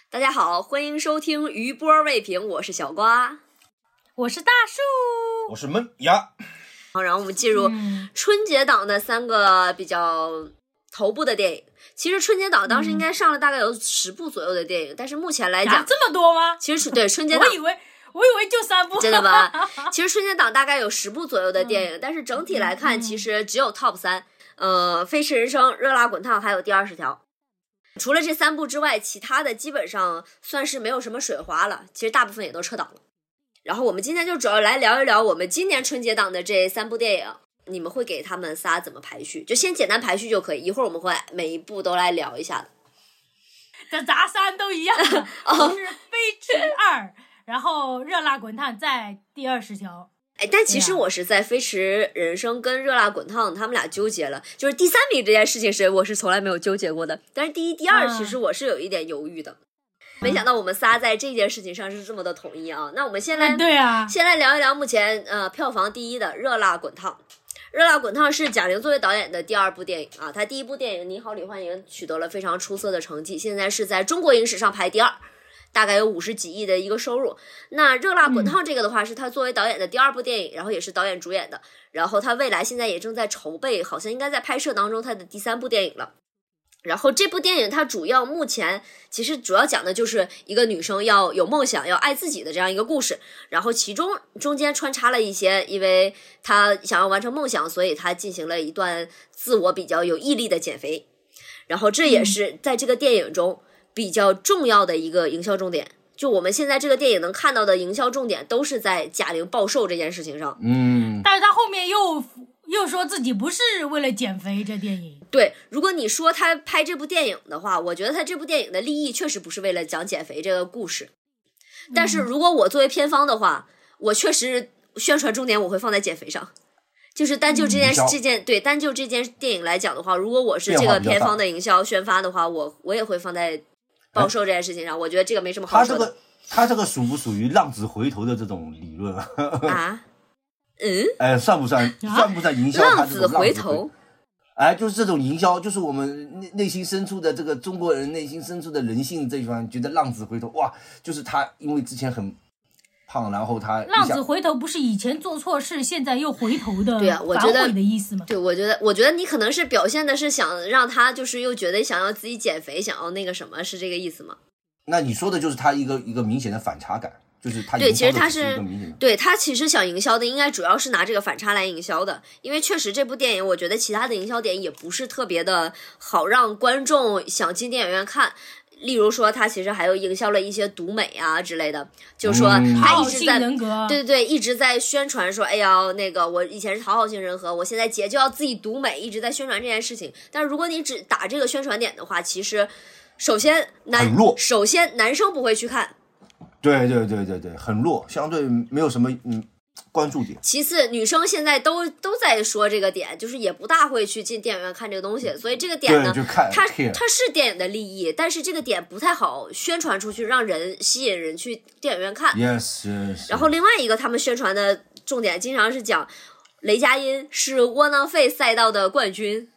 大家好，欢迎收听余波未平，我是小瓜， 我是大树， 我是闷牙。 好，然后我们进入春节档的三个比较头部的电影。其实春节档当时应该上了大概有10部左右的电影，但是目前来讲， 这么多吗？ 其实对春节档， 我以为就3部， 真的吗？其实春节档大概有10部左右的电影，但是整体来看，其实只有 top 3，飞驰人生、热辣滚烫还有第20条。除了这3部之外，其他的基本上算是没有什么水花了，其实大部分也都撤档了。然后我们今天就主要来聊一聊我们今年春节档的这3部电影，你们会给他们仨怎么排序？就先简单排序就可以，一会儿我们会每一部都来聊一下的。 这咱3都一样，我是飞驰2，然后热辣滚烫在第20条。 但其实我是在飞驰人生跟热辣滚烫他们俩纠结了，就是第3名这件事情我是从来没有纠结过的，但是第1、第2其实我是有一点犹豫的。没想到我们仨在这件事情上是这么的统一啊！那我们先来聊一聊目前票房第1的热辣滚烫。热辣滚烫是贾玲作为导演的第2部电影啊，她第1部电影《你好，李焕英》取得了非常出色的成绩，现在是在中国影史上排第2。大概有50几亿的一个收入。那热辣滚烫这个的话，是他作为导演的第2部电影，然后也是导演主演的，然后他未来现在也正在筹备，好像应该在拍摄当中他的第3部电影了。然后这部电影它目前其实主要讲的就是一个女生要有梦想，要爱自己的这样一个故事，然后中间穿插了一些，因为她想要完成梦想，所以她进行了一段自我比较有毅力的减肥，然后这也是在这个电影中比较重要的一个营销重点。就我们现在这个电影能看到的营销重点都是在贾玲暴瘦这件事情上。 但是她后面又说自己不是为了减肥，这电影。 对，如果你说他拍这部电影的话，我觉得他这部电影的立意确实不是为了讲减肥这个故事。但是如果我作为片方的话，我确实宣传重点我会放在减肥上。就是单就这件电影来讲的话，如果我是这个片方的营销宣发的话，我也会放在暴瘦这件事情上。我觉得这个没什么好说的。 他这个属不属于浪子回头的这种理论啊？ 算不算营销？ 浪子回头？ 就是这种营销，就是我们内心深处的这个中国人内心深处的人性这一方，觉得浪子回头，哇，就是他因为之前很胖，然后他浪子回头不是以前做错事，现在又回头的， 对啊，我觉得反悔的意思吗？ 对，我觉得你可能是表现的是想让他就是又觉得想要自己减肥，想要那个什么，是这个意思吗？ 那你说的就是他一个明显的反差感。就是他对，其实他是对他其实想营销的，应该主要是拿这个反差来营销的，因为确实这部电影，我觉得其他的营销点也不是特别的好让观众想进电影院看。例如说，他其实还有营销了一些毒美啊之类的，就是说他一直在对一直在宣传说，哎呀，那个我以前是讨好型人格，我现在姐就要自己毒美，一直在宣传这件事情。但是如果你只打这个宣传点的话，其实首先男生不会去看。 对，很弱，相对没有什么关注点。 其次，女生现在都在说这个点，就是也不大会去进电影院看这个东西，所以这个点呢，它是电影的利益，但是这个点不太好宣传出去，让人吸引人去电影院看。 Yes. 然后另外一个，他们宣传的重点经常是讲雷佳音是窝囊废赛道的冠军。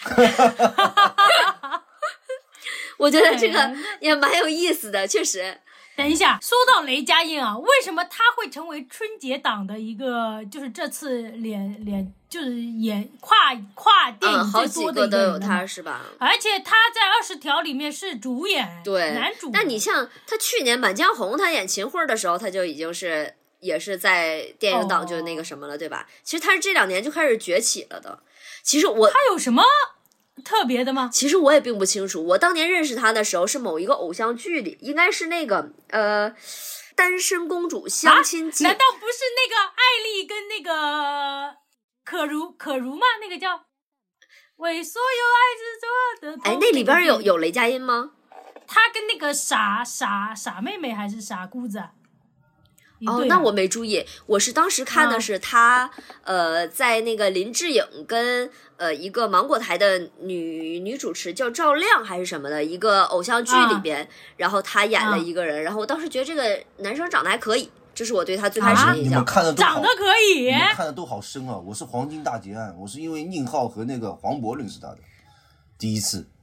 我觉得这个也蛮有意思的，确实。 等一下，说到雷佳音啊，为什么他会成为春节档的一个，就是这次就是演跨电影最多的一个人，好几个都有他是吧？ 而且他在20条里面是主演， 对， 男主。 那你像他去年《满江红》他演秦桧的时候，他就已经是也是在电影档就那个什么了，对吧？其实他是这2年就开始崛起了的。其实他有什么特别的吗？ 其实我也并不清楚。我当年认识他的时候是某一个偶像剧里，应该是那个单身公主相亲记。 难道不是那个艾丽跟那个可如吗？那个叫为所有爱之做的。 那里边有雷佳音吗？ 他跟那个傻妹妹还是傻姑子？ 那我没注意，我是当时看的是他在那个林志颖跟一个芒果台的女主持叫赵亮还是什么的一个偶像剧里边，然后他演了一个人，然后我当时觉得这个男生长得还可以，这是我对他最开始的印象。 你们看的都好长得可以， 你们看的都好深啊！我是黄金大劫案，我是因为宁浩和那个黄渤认识他的，第一次。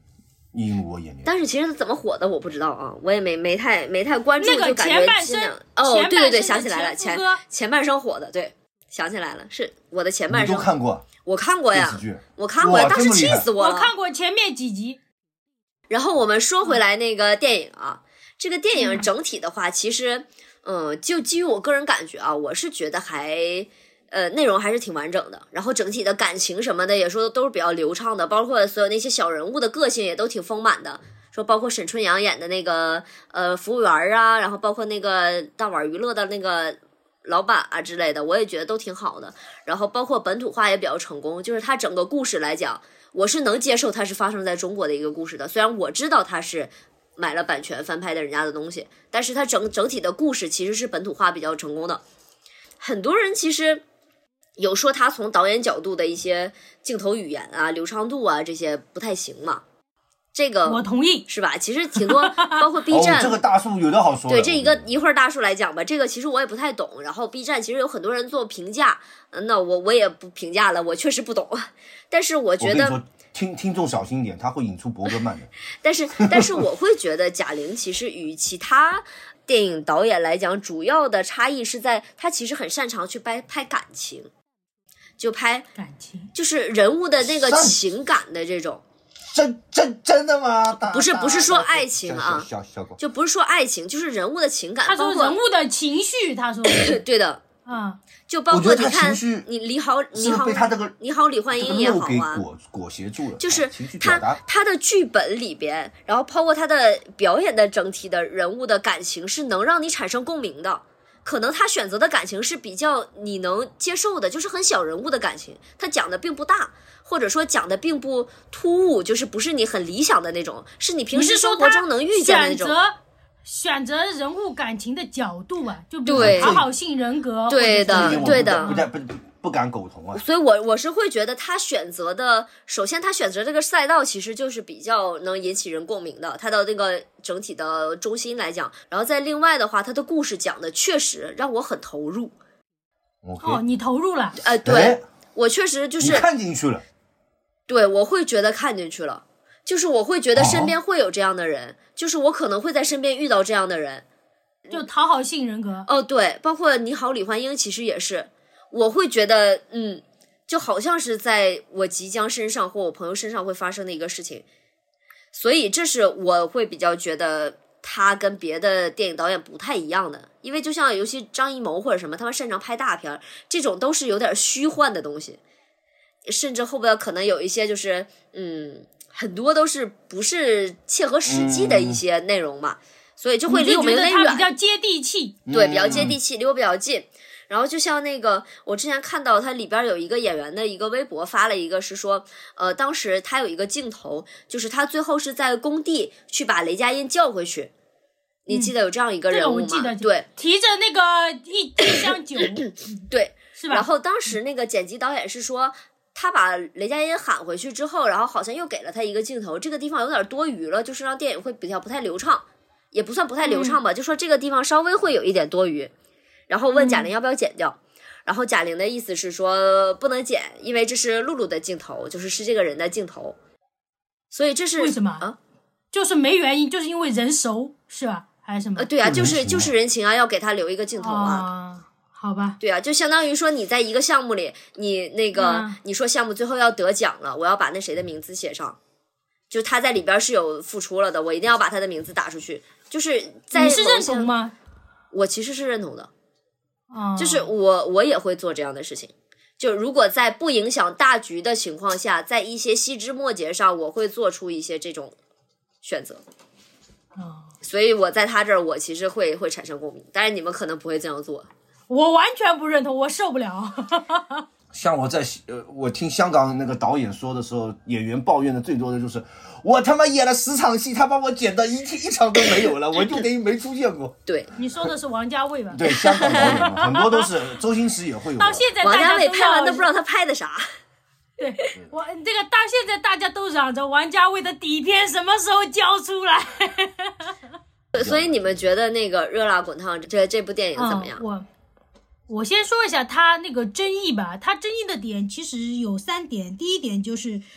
映入我眼帘。 但是其实怎么火的我不知道啊，我也没太关注， 那个就感觉前半生哦，对， 前想起来了，前半生火的，对，想起来了，是我的前半生。 你都看过？ 我看过呀，我看过，当时气死我了。 我看过前面几集。 然后我们说回来那个电影啊，这个电影整体的话，其实，就基于我个人感觉啊，我是觉得还，内容还是挺完整的，然后整体的感情什么的也说都是比较流畅的，包括所有那些小人物的个性也都挺丰满的。说包括沈春阳演的那个服务员啊，然后包括那个大碗娱乐的那个老板啊之类的，我也觉得都挺好的。然后包括本土化也比较成功，就是它整个故事来讲，我是能接受它是发生在中国的一个故事的。虽然我知道它是买了版权翻拍的人家的东西，但是它整体的故事其实是本土化比较成功的。很多人其实有说他从导演角度的一些镜头语言啊、流畅度啊这些不太行嘛。这个我同意， 是吧？其实挺多，包括 B 站， 这个大树有的好说的。 对，这一会儿大树来讲吧，这个其实我也不太懂。然后 B 站其实有很多人做评价，那我也不评价了，我确实不懂。但是我觉得， 我跟你说，听众小心一点，他会引出伯格曼的。 但是我会觉得贾玲其实与其他电影导演来讲，主要的差异是在她其实很擅长去拍感情，就拍感情， 就是人物的那个情感的这种。 真的吗？ 不是说爱情啊，就不是说爱情，就是人物的情感。 他说人物的情绪，他说对的，就包括你看，你你好李焕英也好啊， 裹挟住了， 就是他的剧本里边，然后包括他的表演的整体的人物的感情是能让你产生共鸣的。可能他选择的感情是比较你能接受的，就是很小人物的感情，他讲的并不大，或者说讲的并不突兀，就是不是你很理想的那种，是你平时生活中能遇见的那种。 选择人物感情的角度啊，就比如说讨好性人格， 对的， 不敢苟同啊。 所以我是会觉得他选择的，首先他选择这个赛道其实就是比较能引起人共鸣的，他的那个整体的中心来讲，然后再另外的话，他的故事讲的确实让我很投入。 哦，你投入了？ 对，我确实就是你看进去了。 对，我会觉得看进去了，就是我会觉得身边会有这样的人，就是我可能会在身边遇到这样的人， 就讨好性人格。 对，包括你好李焕英其实也是。我会觉得，就好像是在我即将身上或我朋友身上会发生的一个事情，所以这是我会比较觉得他跟别的电影导演不太一样的，因为就像尤其张艺谋或者什么，他们擅长拍大片，这种都是有点虚幻的东西，甚至后边可能有一些就是很多都是不是切合实际的一些内容嘛，所以就会离我们有点远， 比较接地气， 对，比较接地气，离我比较近。然后就像那个，我之前看到他里边有一个演员的一个微博发了一个是说，当时他有一个镜头，就是他最后是在工地去把雷佳音叫回去，你记得有这样一个人物吗？ 这个我记得， 对， 提着那个一箱酒， 对， 是吧？ 然后当时那个剪辑导演是说，他把雷佳音喊回去之后，然后好像又给了他一个镜头，这个地方有点多余了，就是让电影会比较不太流畅，也不算不太流畅吧，就说这个地方稍微会有一点多余。然后问贾玲要不要剪掉，然后贾玲的意思是说不能剪，因为这是露露的镜头，是这个人的镜头，所以这是为什么啊？就是没原因，就是因为人熟是吧？还是什么？ 对啊，就是人情啊，要给他留一个镜头啊。好吧。 对啊，就相当于说你在一个项目里，你那个你说项目最后要得奖了，我要把那谁的名字写上，就他在里边是有付出了的，我一定要把他的名字打出去。就是在你是认同吗？ 我其实是认同的。就是我也会做这样的事情，就如果在不影响大局的情况下，在一些细枝末节上，我会做出一些这种选择。所以我在他这儿，我其实会产生共鸣，但是你们可能不会这样做。 我完全不认同，我受不了。 像我听香港那个导演说的时候，演员抱怨的最多的就是我他妈演了10场戏，他把我剪的一场都没有了，我就等于没出现过。 对， 你说的是王家卫吧？ 对，香港导演嘛，很多都是周星驰也会有。 到现在王家卫拍完都不知道他拍的啥。 对，这个到现在大家都嚷着王家卫的底片什么时候交出来。 所以你们觉得那个《热辣滚烫》这部电影怎么样？ 我先说一下他那个争议吧，他争议的点其实有3点。第一点就是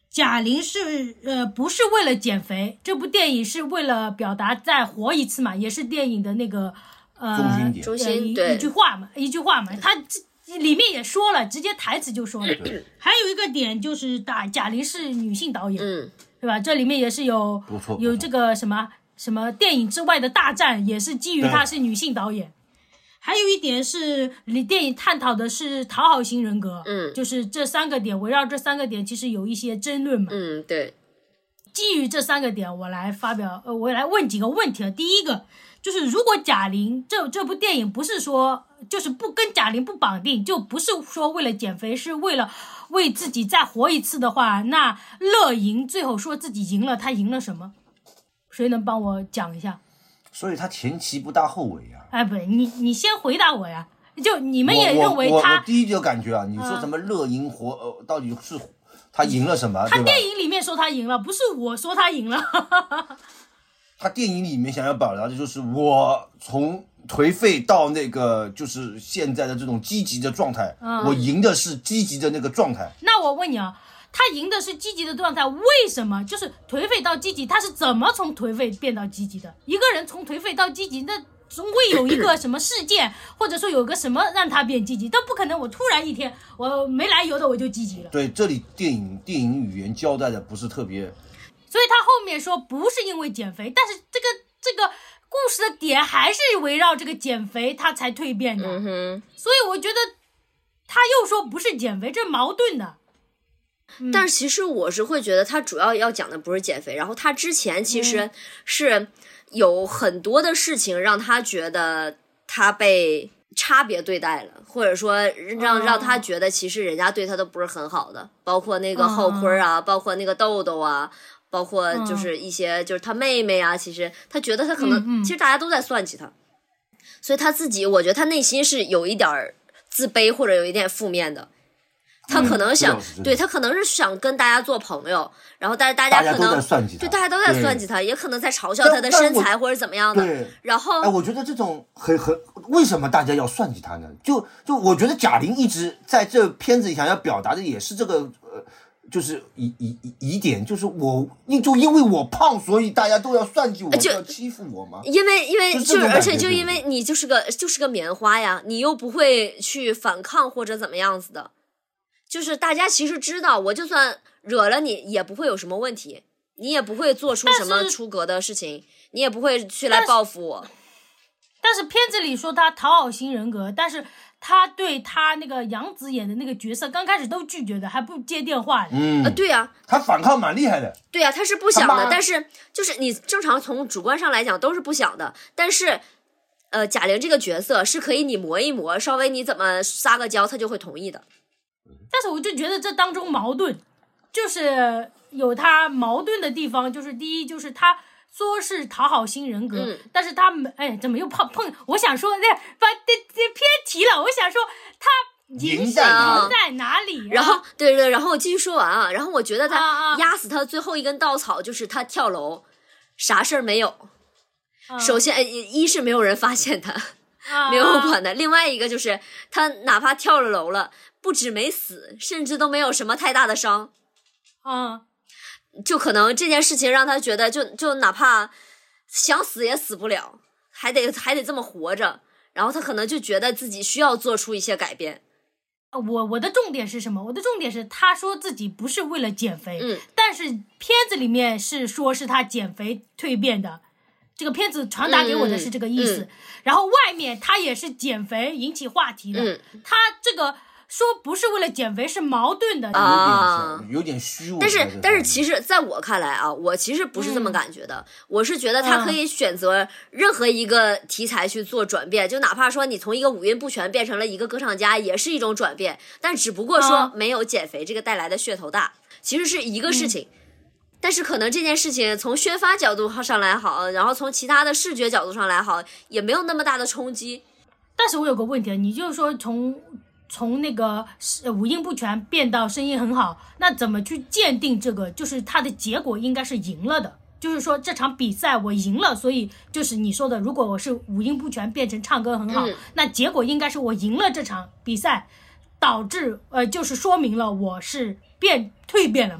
贾玲是不是为了减肥？这部电影是为了表达再活一次嘛，也是电影的那个中心对一句话嘛，他里面也说了，直接台词就说了。还有一个点就是贾玲是女性导演，对吧？这里面也是有这个什么电影之外的大战，也是基于她是女性导演。还有一点是电影探讨的是讨好型人格，就是这三个点，围绕这三个点其实有一些争论嘛。 对。 基于这三个点，我来问几个问题了。第一个就是，如果贾玲这部电影不是说就是不跟贾玲不绑定，就不是说为了减肥，是为了为自己再活一次的话，那乐莹最后说自己赢了，她赢了什么？谁能帮我讲一下？ 所以她前期不搭后尾啊。 哎，不，你先回答我呀。就你们也认为她， 我第一就感觉啊，你说什么乐莹到底是她赢了什么？ 她电影里面说她赢了，不是我说她赢了。 她电影里面想要表达的就是我从颓废到那个就是现在的这种积极的状态，我赢的是积极的那个状态。 那我问你啊，他赢的是积极的状态，为什么？就是颓废到积极，他是怎么从颓废变到积极的？一个人从颓废到积极，那总会有一个什么事件，或者说有个什么让他变积极，但不可能我突然一天我没来由的我就积极了。 对，这里电影语言交代的不是特别， 所以他后面说不是因为减肥，但是这个故事的点还是围绕这个减肥他才蜕变的。所以我觉得他又说不是减肥，这是矛盾的。 但是其实我是会觉得他主要讲的不是减肥，然后他之前其实是有很多的事情让他觉得他被差别对待了，或者说让他觉得其实人家对他都不是很好的，包括那个浩坤啊，包括那个豆豆啊，包括就是一些就是他妹妹啊，其实他觉得他可能其实大家都在算计他，所以他自己我觉得他内心是有一点自卑或者有一点负面的。他可能想，对，他可能是想跟大家做朋友，然后但是大家可能对大家都在算计他，也可能在嘲笑他的身材或者怎么样的。然后， 我觉得这种为什么大家要算计他呢？就我觉得贾玲一直在这片子里想要表达的也是这个就是疑点，就是因为我胖，所以大家都要算计我，要欺负我吗？ 因为就是而且就因为你就是个棉花呀，你又不会去反抗或者怎么样子的。就是大家其实知道，我就算惹了你也不会有什么问题，你也不会做出什么出格的事情，你也不会去来报复我。 但是片子里说他讨好型人格，但是他对他那个杨紫演的那个角色刚开始都拒绝的，还不接电话的。 对呀， 他反抗蛮厉害的。对呀，他是不想的，但是就是你正常从主观上来讲都是不想的，但是贾玲这个角色是可以你磨一磨，稍微你怎么撒个娇他就会同意的。 但是我就觉得这当中矛盾，就是有他矛盾的地方，就是第一就是他说是讨好型人格，但是他怎么又碰？我想说，把偏题了。我想说他赢在哪里？ 然后对，然后我继续说完啊。然后我觉得他压死他最后一根稻草就是他跳楼，啥事儿没有。首先，一是没有人发现他。没有管的。另外一个就是他哪怕跳了楼了，不止没死，甚至都没有什么太大的伤。就可能这件事情让他觉得就哪怕想死也死不了，还得这么活着，然后他可能就觉得自己需要做出一些改变。 我的重点是什么？我的重点是他说自己不是为了减肥，但是片子里面是说是他减肥蜕变的。这个片子传达给我的是这个意思，然后外面他也是减肥引起话题的，他这个说不是为了减肥是矛盾的有点虚伪。 但是其实在我看来啊，我其实不是这么感觉的，我是觉得他可以选择任何一个题材去做转变，就哪怕说你从一个五音不全变成了一个歌唱家，也是一种转变，但只不过说没有减肥这个带来的噱头大，其实是一个事情。但是可能这件事情从宣发角度上来好，然后从其他的视觉角度上来好，也没有那么大的冲击。 但是我有个问题，你就是说从那个五音不全变到声音很好，那怎么去鉴定这个？就是它的结果应该是赢了的，就是说这场比赛我赢了，所以就是你说的，如果我是五音不全变成唱歌很好，那结果应该是我赢了这场比赛，导致就是说明了我是蜕变了嘛。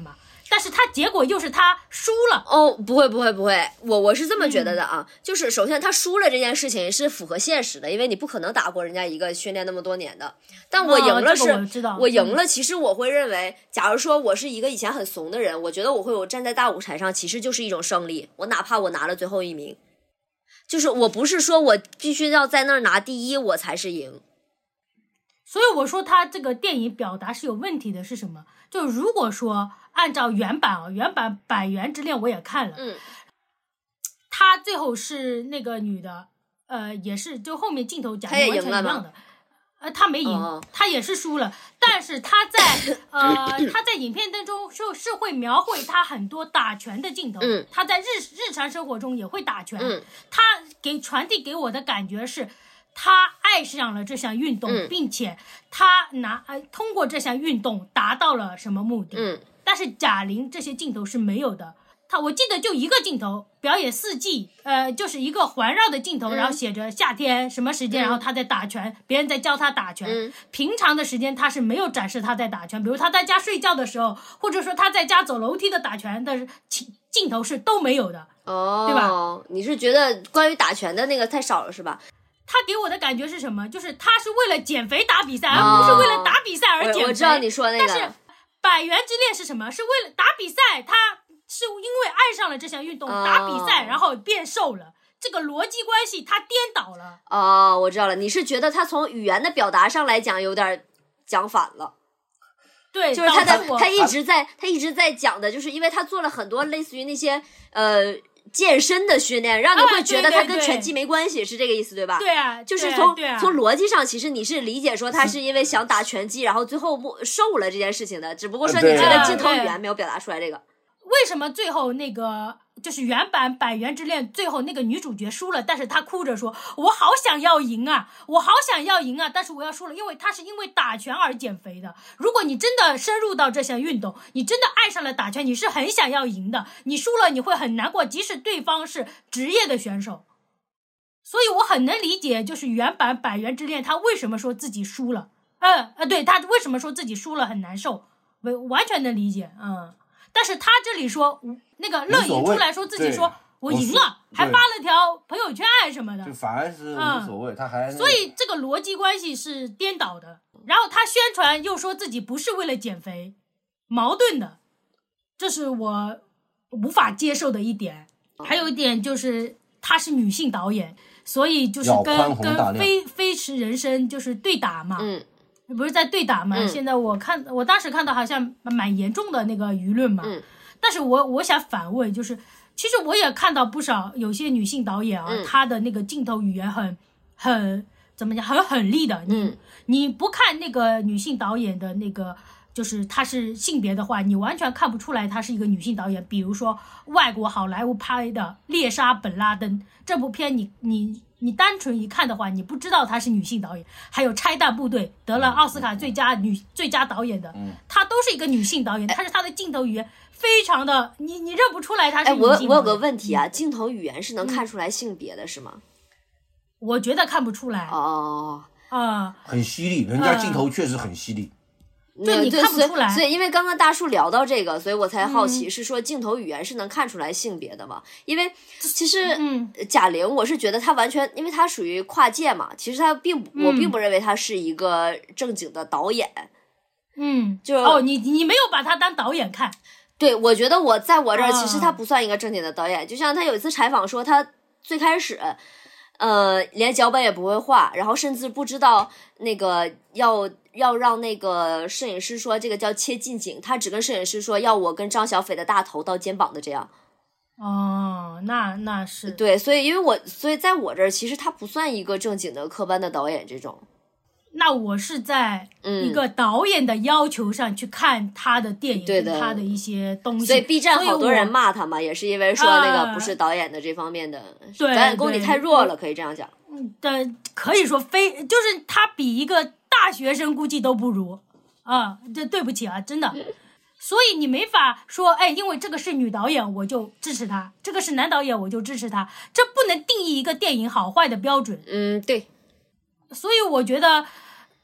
但是他结果又是他输了。 哦，不会，我是这么觉得的啊，就是首先他输了这件事情是符合现实的，因为你不可能打过人家一个训练那么多年的。但我赢了是，我赢了，其实我会认为，假如说我是一个以前很怂的人，我觉得我站在大舞台上，其实就是一种胜利。我哪怕我拿了最后1名，就是我不是说我必须要在那儿拿第1我才是赢。 所以我说他这个电影表达是有问题的，是什么？就如果说按照原版《百元之恋》我也看了，他最后是那个女的，也是就后面镜头讲的完全一样的，他没赢，他也是输了，但是他在影片当中是会描绘他很多打拳的镜头，他在日常生活中也会打拳，他传递给我的感觉是。他爱上了这项运动，并且他通过这项运动达到了什么目的？但是贾玲这些镜头是没有的。我记得就一个镜头，表演4季，就是一个环绕的镜头，然后写着夏天什么时间，然后他在打拳，别人在教他打拳。平常的时间他是没有展示他在打拳，比如他在家睡觉的时候，或者说他在家走楼梯的打拳的镜头是都没有的，对吧？ 你是觉得关于打拳的那个太少了是吧？ 他给我的感觉是什么？就是他是为了减肥打比赛，而不是为了打比赛而减肥。 我知道你说那个。 但是《百元之恋》是什么？是为了打比赛，他是因为爱上了这项运动，打比赛然后变瘦了。这个逻辑关系他颠倒了。 我知道了，你是觉得他从语言的表达上来讲有点讲反了。 对， 就是他一直在讲的，就是因为他做了很多类似于那些健身的训练，让你会觉得它跟拳击没关系，是这个意思对吧？ 对啊， 就是从逻辑上，其实你是理解说他是因为想打拳击，然后最后瘦了这件事情的，只不过说你觉得镜头语言没有表达出来这个。 为什么最后那个就是原版《百元之恋》最后那个女主角输了，但是她哭着说我好想要赢啊，但是我要输了，因为她是因为打拳而减肥的。如果你真的深入到这项运动，你真的爱上了打拳，你是很想要赢的，你输了你会很难过，即使对方是职业的选手。所以我很能理解就是原版《百元之恋》他为什么说自己输了，对，他为什么说自己输了很难受，完全能理解。但是他这里说那个乐莹出来说自己说我赢了，还发了条朋友圈什么的， 就反而是无所谓，他还所以这个逻辑关系是颠倒的。然后他宣传又说自己不是为了减肥，矛盾的，这是我无法接受的一点。还有一点就是她是女性导演，所以就是跟飞驰人生就是对打嘛，不是在对打嘛？现在我当时看到好像蛮严重的那个舆论嘛。但是我想反问，就是其实我也看到不少有些女性导演啊，她的那个镜头语言很怎么讲，很狠厉的。你不看那个女性导演的那个，就是她是性别的话，你完全看不出来她是一个女性导演。比如说外国好莱坞拍的《猎杀本拉登》这部片，你单纯一看的话，你不知道她是女性导演。还有《拆弹部队》得了奥斯卡最佳导演的，她都是一个女性导演，但是她的镜头语言非常的，你认不出来她是女性导演。 我有个问题啊，镜头语言是能看出来性别的是吗？ 我觉得看不出来。 很犀利，人家镜头确实很犀利。 就你看不出来， 所以因为刚刚大树聊到这个，所以我才好奇，是说镜头语言是能看出来性别的吗？因为其实贾玲，我是觉得她完全，因为她属于跨界嘛，其实她我并不认为她是一个正经的导演。就你没有把她当导演看。 对，我觉得在我这儿，其实她不算一个正经的导演。就像她有一次采访说，她最开始连脚本也不会画，然后甚至不知道那个要让那个摄影师说这个叫切近景，他只跟摄影师说要我跟张小斐的大头到肩膀的这样。 那是对，所以在我这儿，其实他不算一个正经的科班的导演这种。 那我是在一个导演的要求上去看他的电影，跟他的一些东西。 所以 B 站好多人骂他嘛，也是因为说那个不是导演的这方面的，导演功底太弱了，可以这样讲。 可以说就是他比一个大学生估计都不如这对不起啊，真的。所以你没法说，因为这个是女导演我就支持她，这个是男导演我就支持他，这不能定义一个电影好坏的标准。 对。 所以我觉得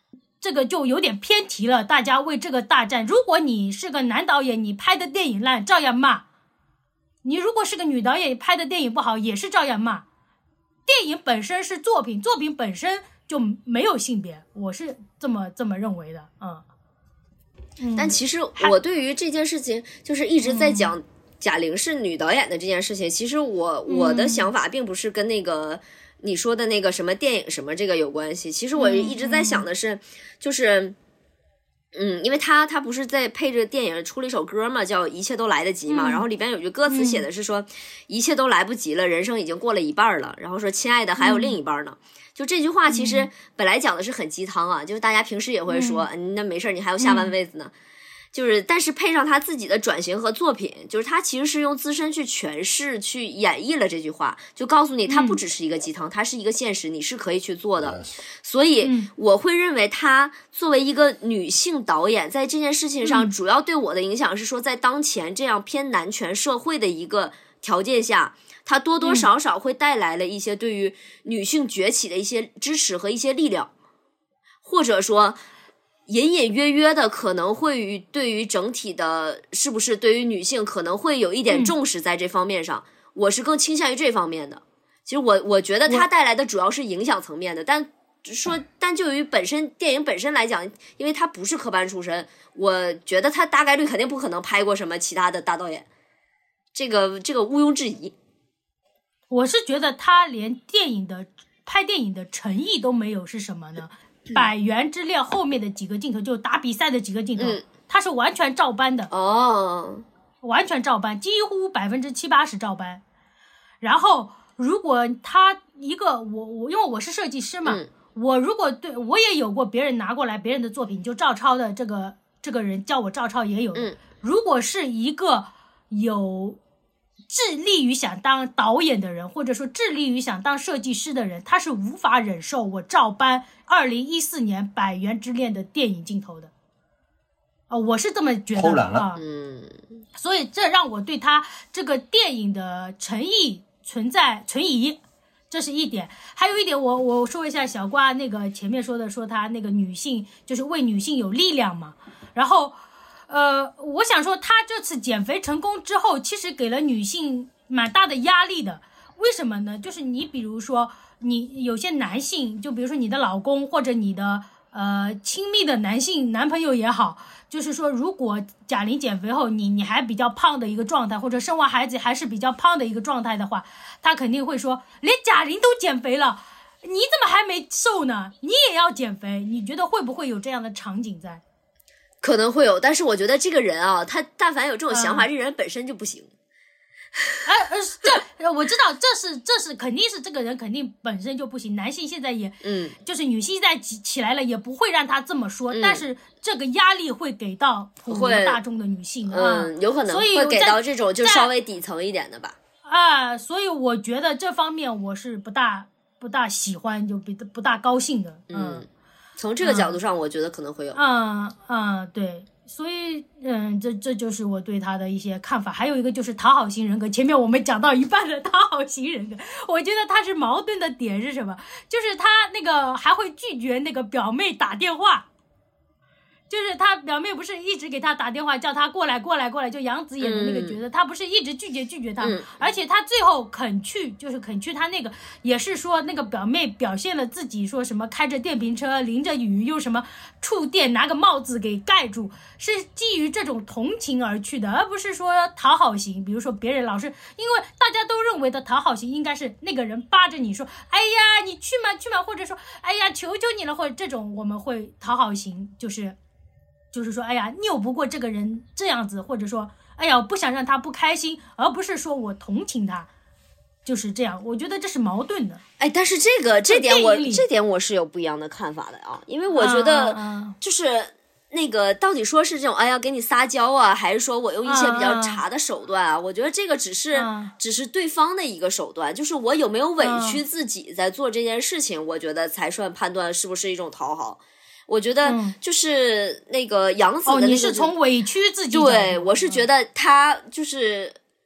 这个就有点偏题了，大家为这个大战。如果你是个男导演，你拍的电影烂，照样骂；你如果是个女导演，拍的电影不好，也是照样骂。电影本身是作品，作品本身就没有性别，我是这么认为的。 但其实我对于这件事情，就是一直在讲贾玲是女导演的这件事情，其实我的想法并不是跟那个你说的那个什么电影什么这个有关系。其实我一直在想的是，就是因为他不是在配着电影出了一首歌嘛，叫《一切都来得及》嘛，然后里边有句歌词写的是说，一切都来不及了，人生已经过了一半了，然后说亲爱的还有另一半呢。就这句话其实本来讲的是很鸡汤啊，就是大家平时也会说，那没事你还有下半辈子呢。就是但是配上他自己的转型和作品，就是他其实是用自身去诠释去演绎了这句话，就告诉你他不只是一个鸡汤，他是一个现实，你是可以去做的。所以我会认为他作为一个女性导演，在这件事情上主要对我的影响是说，在当前这样偏男权社会的一个条件下，它多多少少会带来了一些对于女性崛起的一些支持和一些力量，或者说隐隐约约的可能会对于整体的是不是对于女性可能会有一点重视在这方面上，我是更倾向于这方面的。其实我觉得它带来的主要是影响层面的，但就于电影本身来讲，因为它不是科班出身，我觉得它大概率肯定不可能拍过什么其他的大导演，这个毋庸置疑。 我是觉得他连拍电影的诚意都没有，是什么呢？百元之恋后面的几个镜头，就打比赛的几个镜头，他是完全照搬的完全照搬，几乎70%-80%照搬。然后如果他一个因为我是设计师嘛，我如果我也有过别人拿过来别人的作品就照抄的，这个人叫我照抄也有如果是一个有致力于想当导演的人，或者说致力于想当设计师的人，他是无法忍受我照搬2014年百元之恋的电影镜头的。我是这么觉得偷懒了所以这让我对他这个电影的诚意存疑，这是一点。还有一点，我说一下小瓜那个前面说他那个女性就是为女性有力量嘛，然后我想说他这次减肥成功之后，其实给了女性蛮大的压力的。为什么呢？就是你比如说你有些男性，就比如说你的老公或者你的亲密的男朋友也好，就是说如果贾玲减肥后你还比较胖的一个状态，或者生完孩子还是比较胖的一个状态的话，他肯定会说连贾玲都减肥了，你怎么还没瘦呢？你也要减肥。你觉得会不会有这样的场景在？ 可能会有，但是我觉得这个人啊，他但凡有这种想法，这人本身就不行。 这我知道，这是肯定是这个人肯定本身就不行。男性现在也，就是女性现在起来了，也不会让他这么说，但是这个压力会给到普罗大众的女性有可能会给到这种就稍微底层一点的吧。 所以我觉得这方面我是不大喜欢，就不大高兴的。 从这个角度上，我觉得可能会有。 对。所以这就是我对他的一些看法。还有一个就是讨好型人格，前面我们讲到一半的讨好型人格，我觉得他是矛盾的点是什么？就是他那个还会拒绝那个表妹打电话，就是他表妹不是一直给他打电话叫他过来，就杨紫演的那个角色，他不是一直拒绝他，而且他最后肯去他那个，也是说那个表妹表现了自己，说什么开着电瓶车淋着雨又什么触电拿个帽子给盖住，是基于这种同情而去的，而不是说讨好型。比如说别人老是，因为大家都认为的讨好型应该是那个人扒着你说哎呀你去嘛，或者说哎呀求求你了，或者这种我们会讨好型，就是说哎呀拗不过这个人这样子，或者说哎呀我不想让他不开心，而不是说我同情他，就是这样。我觉得这是矛盾的。 但是这点我是有不一样的看法的啊，因为我觉得就是那个到底说是这种哎呀给你撒娇啊，还是说我用一些比较茶的手段啊，我觉得这个只是对方的一个手段，就是我有没有委屈自己在做这件事情，我觉得才算判断是不是一种讨好。我觉得就是那个杨紫的那个你是从委屈自己对，我是觉得他就是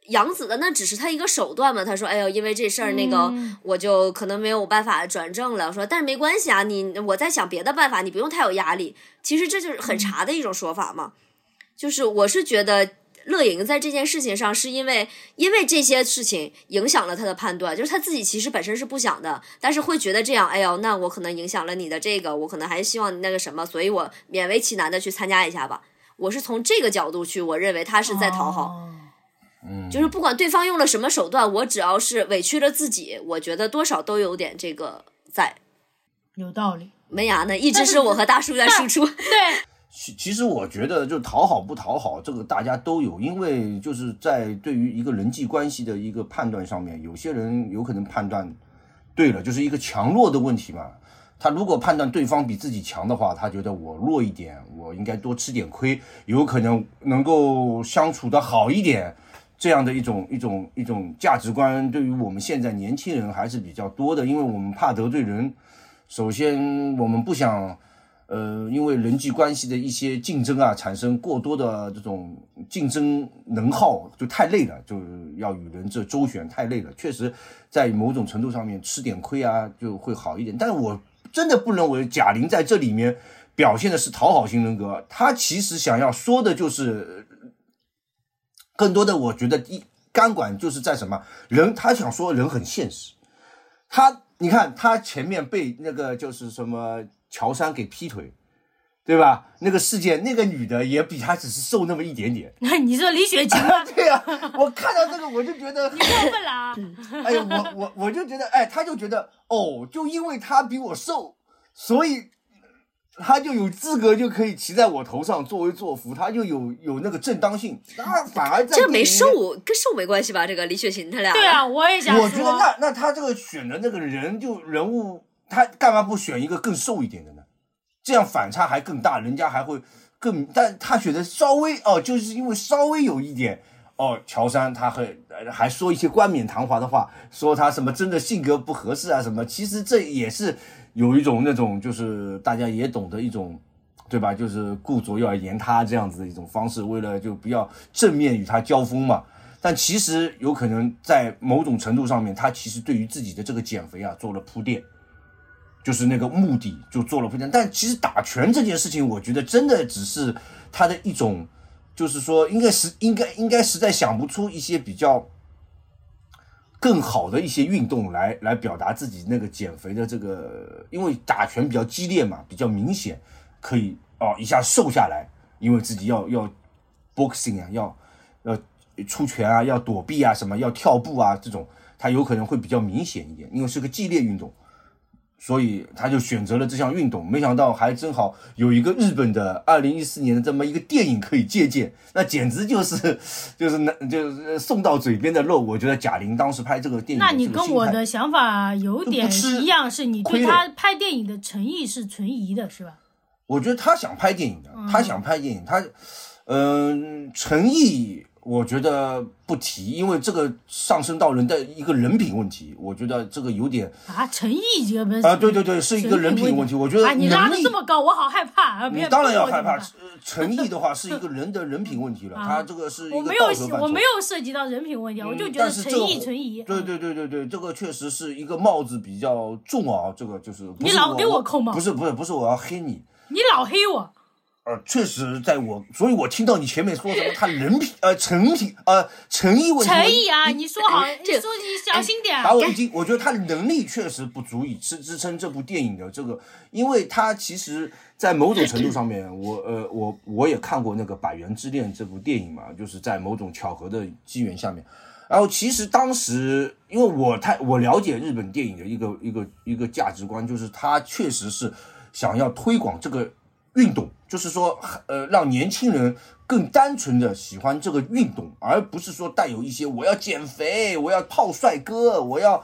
杨紫的那只是他一个手段嘛，他说哎呦因为这事儿那个我就可能没有办法转正了，说但是没关系啊，我在想别的办法，你不用太有压力。其实这就是很茶的一种说法嘛。就是我是觉得乐莹在这件事情上是因为这些事情影响了他的判断，就是他自己其实本身是不想的，但是会觉得这样，哎呦那我可能影响了你的这个，我可能还希望那个什么，所以我勉为其难的去参加一下吧。我是从这个角度去，我认为他是在讨好。就是不管对方用了什么手段，我只要是委屈了自己，我觉得多少都有点这个在。 有道理。 门牙呢，一直是我和大叔在输出。 对。 其实我觉得就讨好不讨好这个大家都有，因为就是在对于一个人际关系的一个判断上面，有些人有可能判断对了，就是一个强弱的问题嘛。他如果判断对方比自己强的话，他觉得我弱一点，我应该多吃点亏，有可能能够相处的好一点，这样的一种价值观，对于我们现在年轻人还是比较多的，因为我们怕得罪人。首先我们不想因为人际关系的一些竞争啊，产生过多的这种竞争能耗，就太累了，就要与人这周旋太累了。确实在某种程度上面吃点亏啊就会好一点，但是我真的不认为贾玲在这里面表现的是讨好型人格，她其实想要说的就是更多的，我觉得钢管就是在什么人，她想说人很现实。你看她前面被那个就是什么乔杉给劈腿，对吧？那个事件，那个女的也比她只是瘦那么一点点。 你说李雪琴吗？ 对呀，我看到这个我就觉得你过分了啊！ 哎呀，我就觉得，哎，他就觉得哦，就因为他比我瘦，所以他就有资格就可以骑在我头上作威作福，他就有那个正当性。那反而在这没瘦跟瘦没关系吧？这个李雪琴他俩。 对啊，我也想说。 我觉得那他这个选的那个人物。他干嘛不选一个更瘦一点的呢？这样反差还更大，人家还会更。但他选的稍微就是因为稍微有一点乔杉他还说一些冠冕堂皇的话，说他什么真的性格不合适啊什么。其实这也是有一种那种就是大家也懂得一种，对吧？就是顾左右而言他这样子的一种方式，为了就不要正面与他交锋嘛。但其实有可能在某种程度上面，他其实对于自己的这个减肥啊做了铺垫。就是那个目的就做了铺垫，但其实打拳这件事情，我觉得真的只是他的一种，就是说应该实在想不出一些比较更好的一些运动来表达自己那个减肥的这个，因为打拳比较激烈嘛，比较明显，可以一下瘦下来，因为自己要 boxing 啊，要出拳啊，要躲避啊，什么要跳步啊，这种他有可能会比较明显一点，因为是个激烈运动。所以他就选择了这项运动，没想到还正好有一个日本的2014年的这么一个电影可以借鉴，那简直就是送到嘴边的肉。我觉得贾玲当时拍这个电影， 那你跟我的想法有点一样，是你对他拍电影的诚意是存疑的，是吧？ 我觉得他想拍电影的，他想拍电影，他诚意。我觉得不提，因为这个上升到人的一个人品问题，我觉得这个有点诚意这个问题对，是一个人品问题。我觉得你拉的这么高，我好害怕啊！ 你当然要害怕，诚意的话是一个人的人品问题了，他这个是一个道德范畴。 我没有涉及到人品问题，我就觉得诚意存疑。 对，这个确实是一个帽子比较重啊，这个就是你老给我扣帽， 不是，我要黑你， 你老黑我。 确实所以我听到你前面说什么他人品诚意问题， 诚意啊，你说好，你小心点。 我觉得他的能力确实不足以支撑这部电影的这个，因为他其实在某种程度上面，我也看过那个《百元之恋》这部电影嘛，就是在某种巧合的机缘下面。然后其实当时因为我了解日本电影的一个价值观，就是他确实是想要推广这个运动，就是说让年轻人更单纯的喜欢这个运动，而不是说带有一些我要减肥，我要泡帅哥，我要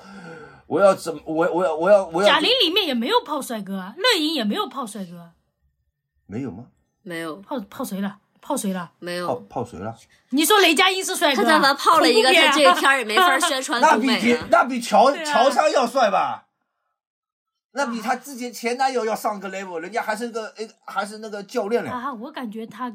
贾玲里面也没有泡帅哥啊，乐莹也没有泡帅哥。 没有吗？ 没有。 泡谁了？泡谁了？ 没有。 泡谁了？ 你说雷佳音是帅哥？ 他但凡泡了一个，他这一天也没法宣传独美那比乔杉要帅吧？那比他之前前男友要上个 level， 人家还是那个教练嘞。 我感觉他跟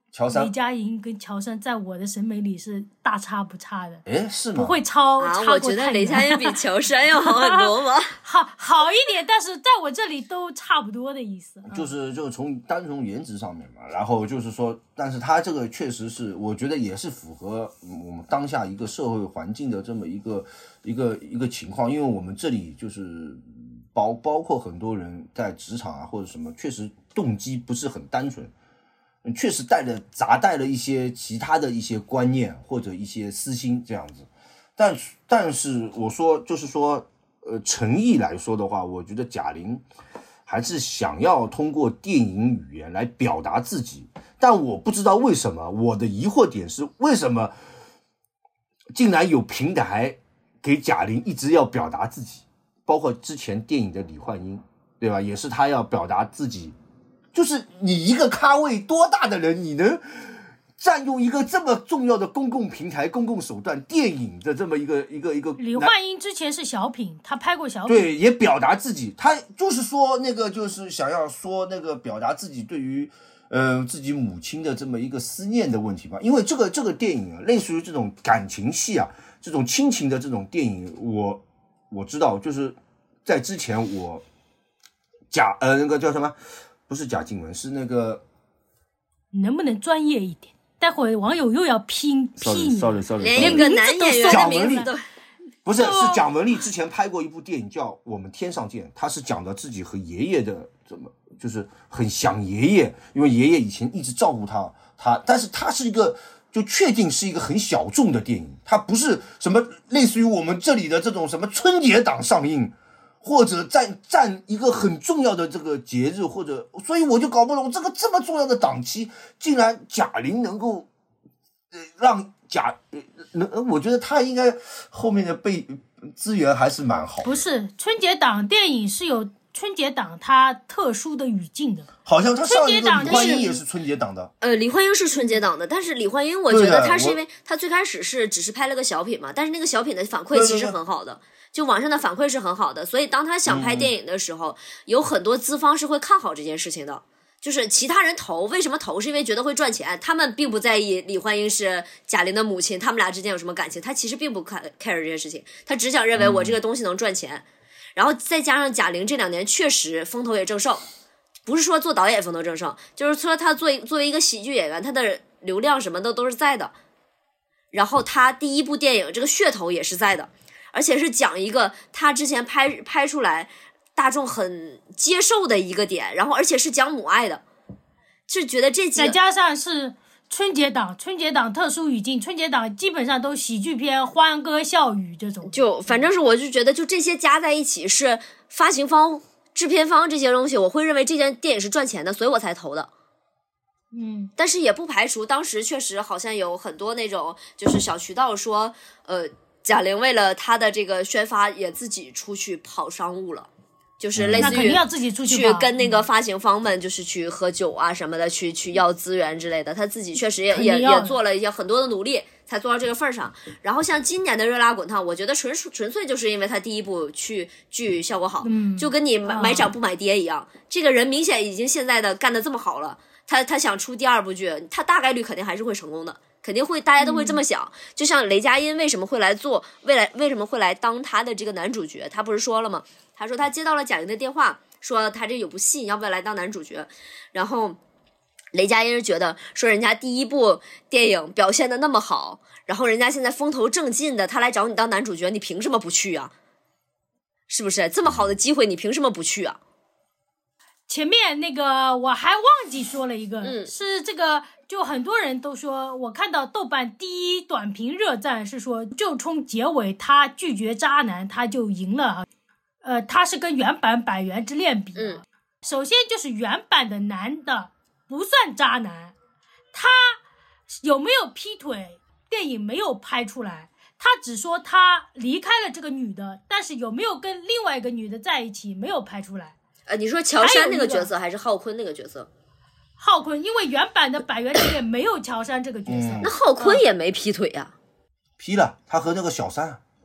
乔杉、 雷佳音跟乔杉在我的审美里是大差不差的。 哎，是吗？ 不会差过我觉得雷佳音比乔杉要好很多吗？ 好一点，但是在我这里都差不多的意思。 就是单从颜值上面嘛，然后就是说，但是他这个确实是，我觉得也是符合我们当下一个社会环境的这么一个情况，因为我们这里就是包括很多人在职场啊或者什么，确实动机不是很单纯。确实杂带了一些其他的一些观念或者一些私心这样子，但是我说就是说，诚意来说的话，我觉得贾玲还是想要通过电影语言来表达自己，但我不知道为什么，我的疑惑点是为什么竟然有平台给贾玲一直要表达自己，包括之前电影的李焕英，对吧？也是她要表达自己。就是你一个咖位多大的人，你能占用一个这么重要的公共平台、公共手段，电影的这么一个。 李焕英之前是小品，他拍过小品， 对，也表达自己，他就是说那个就是想要说那个表达自己对于自己母亲的这么一个思念的问题吧。因为这个电影啊，类似于这种感情戏啊，这种亲情的这种电影，我知道，就是在之前我那个叫什么？不是贾静雯，是那个。 你能不能专业一点？待会网友又要批你。 sorry， 连个男演员的名字都不是，是蒋雯丽之前拍过一部电影叫《我们天上见》，他是讲的自己和爷爷的怎么，就是很想爷爷，因为爷爷以前一直照顾他，但是他是一个就确定是一个很小众的电影，它不是什么类似于我们这里的这种什么春节档上映。或者占一个很重要的这个节日，或者，所以我就搞不懂这个这么重要的档期，竟然贾玲能够让我觉得她应该后面的资源还是蛮好。 不是春节档电影是有春节档它特殊的语境的， 好像他上一个李焕英也是春节档的。 李焕英是春节档的，但是李焕英我觉得他是因为他最开始是只是拍了个小品嘛，但是那个小品的反馈其实很好的。就网上的反馈是很好的，所以当他想拍电影的时候，有很多资方是会看好这件事情的。就是其他人投，为什么投？是因为觉得会赚钱，他们并不在意李焕英是贾玲的母亲，他们俩之间有什么感情，他其实并不 care 这件事情，他只想认为我这个东西能赚钱。然后再加上贾玲这2年确实风头也正盛，不是说做导演风头正盛，就是说他作为一个喜剧演员，他的流量什么的都是在的。然后他第一部电影这个噱头也是在的。而且是讲一个他之前拍出来大众很接受的一个点，然后而且是讲母爱的，就觉得这几个再加上是春节档特殊语境，春节档基本上都喜剧片、欢歌笑语这种， 就反正是我就觉得就这些加在一起是发行方、制片方这些东西，我会认为这件电影是赚钱的，所以我才投的。但是也不排除当时确实好像有很多那种就是小渠道说贾玲为了她的这个宣发也自己出去跑商务了，就是类似于要自己出去跟那个发行方们就是去喝酒啊什么的，去要资源之类的，她自己确实也做了一些很多的努力才做到这个份上。然后像今年的热辣滚烫，我觉得纯粹就是因为她第一部剧效果好，就跟你买涨不买跌一样，这个人明显已经现在的干得这么好了，他想出第2部剧，他大概率肯定还是会成功的。肯定会，大家都会这么想。就像雷佳音为什么会来为什么会来当他的这个男主角？他不是说了吗？他说他接到了贾玲的电话，说他这有部戏，要不要来当男主角？然后雷佳音是觉得说人家第一部电影表现的那么好，然后人家现在风头正劲的，他来找你当男主角，你凭什么不去啊？是不是这么好的机会，你凭什么不去啊？ 前面那个我还忘记说了一个，是这个。就很多人都说，我看到豆瓣第一短评热赞是说，就冲结尾他拒绝渣男，他就赢了。他是跟原版《百元之恋》比。首先就是原版的男的不算渣男，他有没有劈腿，电影没有拍出来，他只说他离开了这个女的，但是有没有跟另外一个女的在一起，没有拍出来。 你说乔杉那个角色还是浩坤那个角色？ 浩坤，因为原版的《百元之恋》没有乔杉这个角色， 那浩坤也没劈腿啊。 劈了，他和那个小三，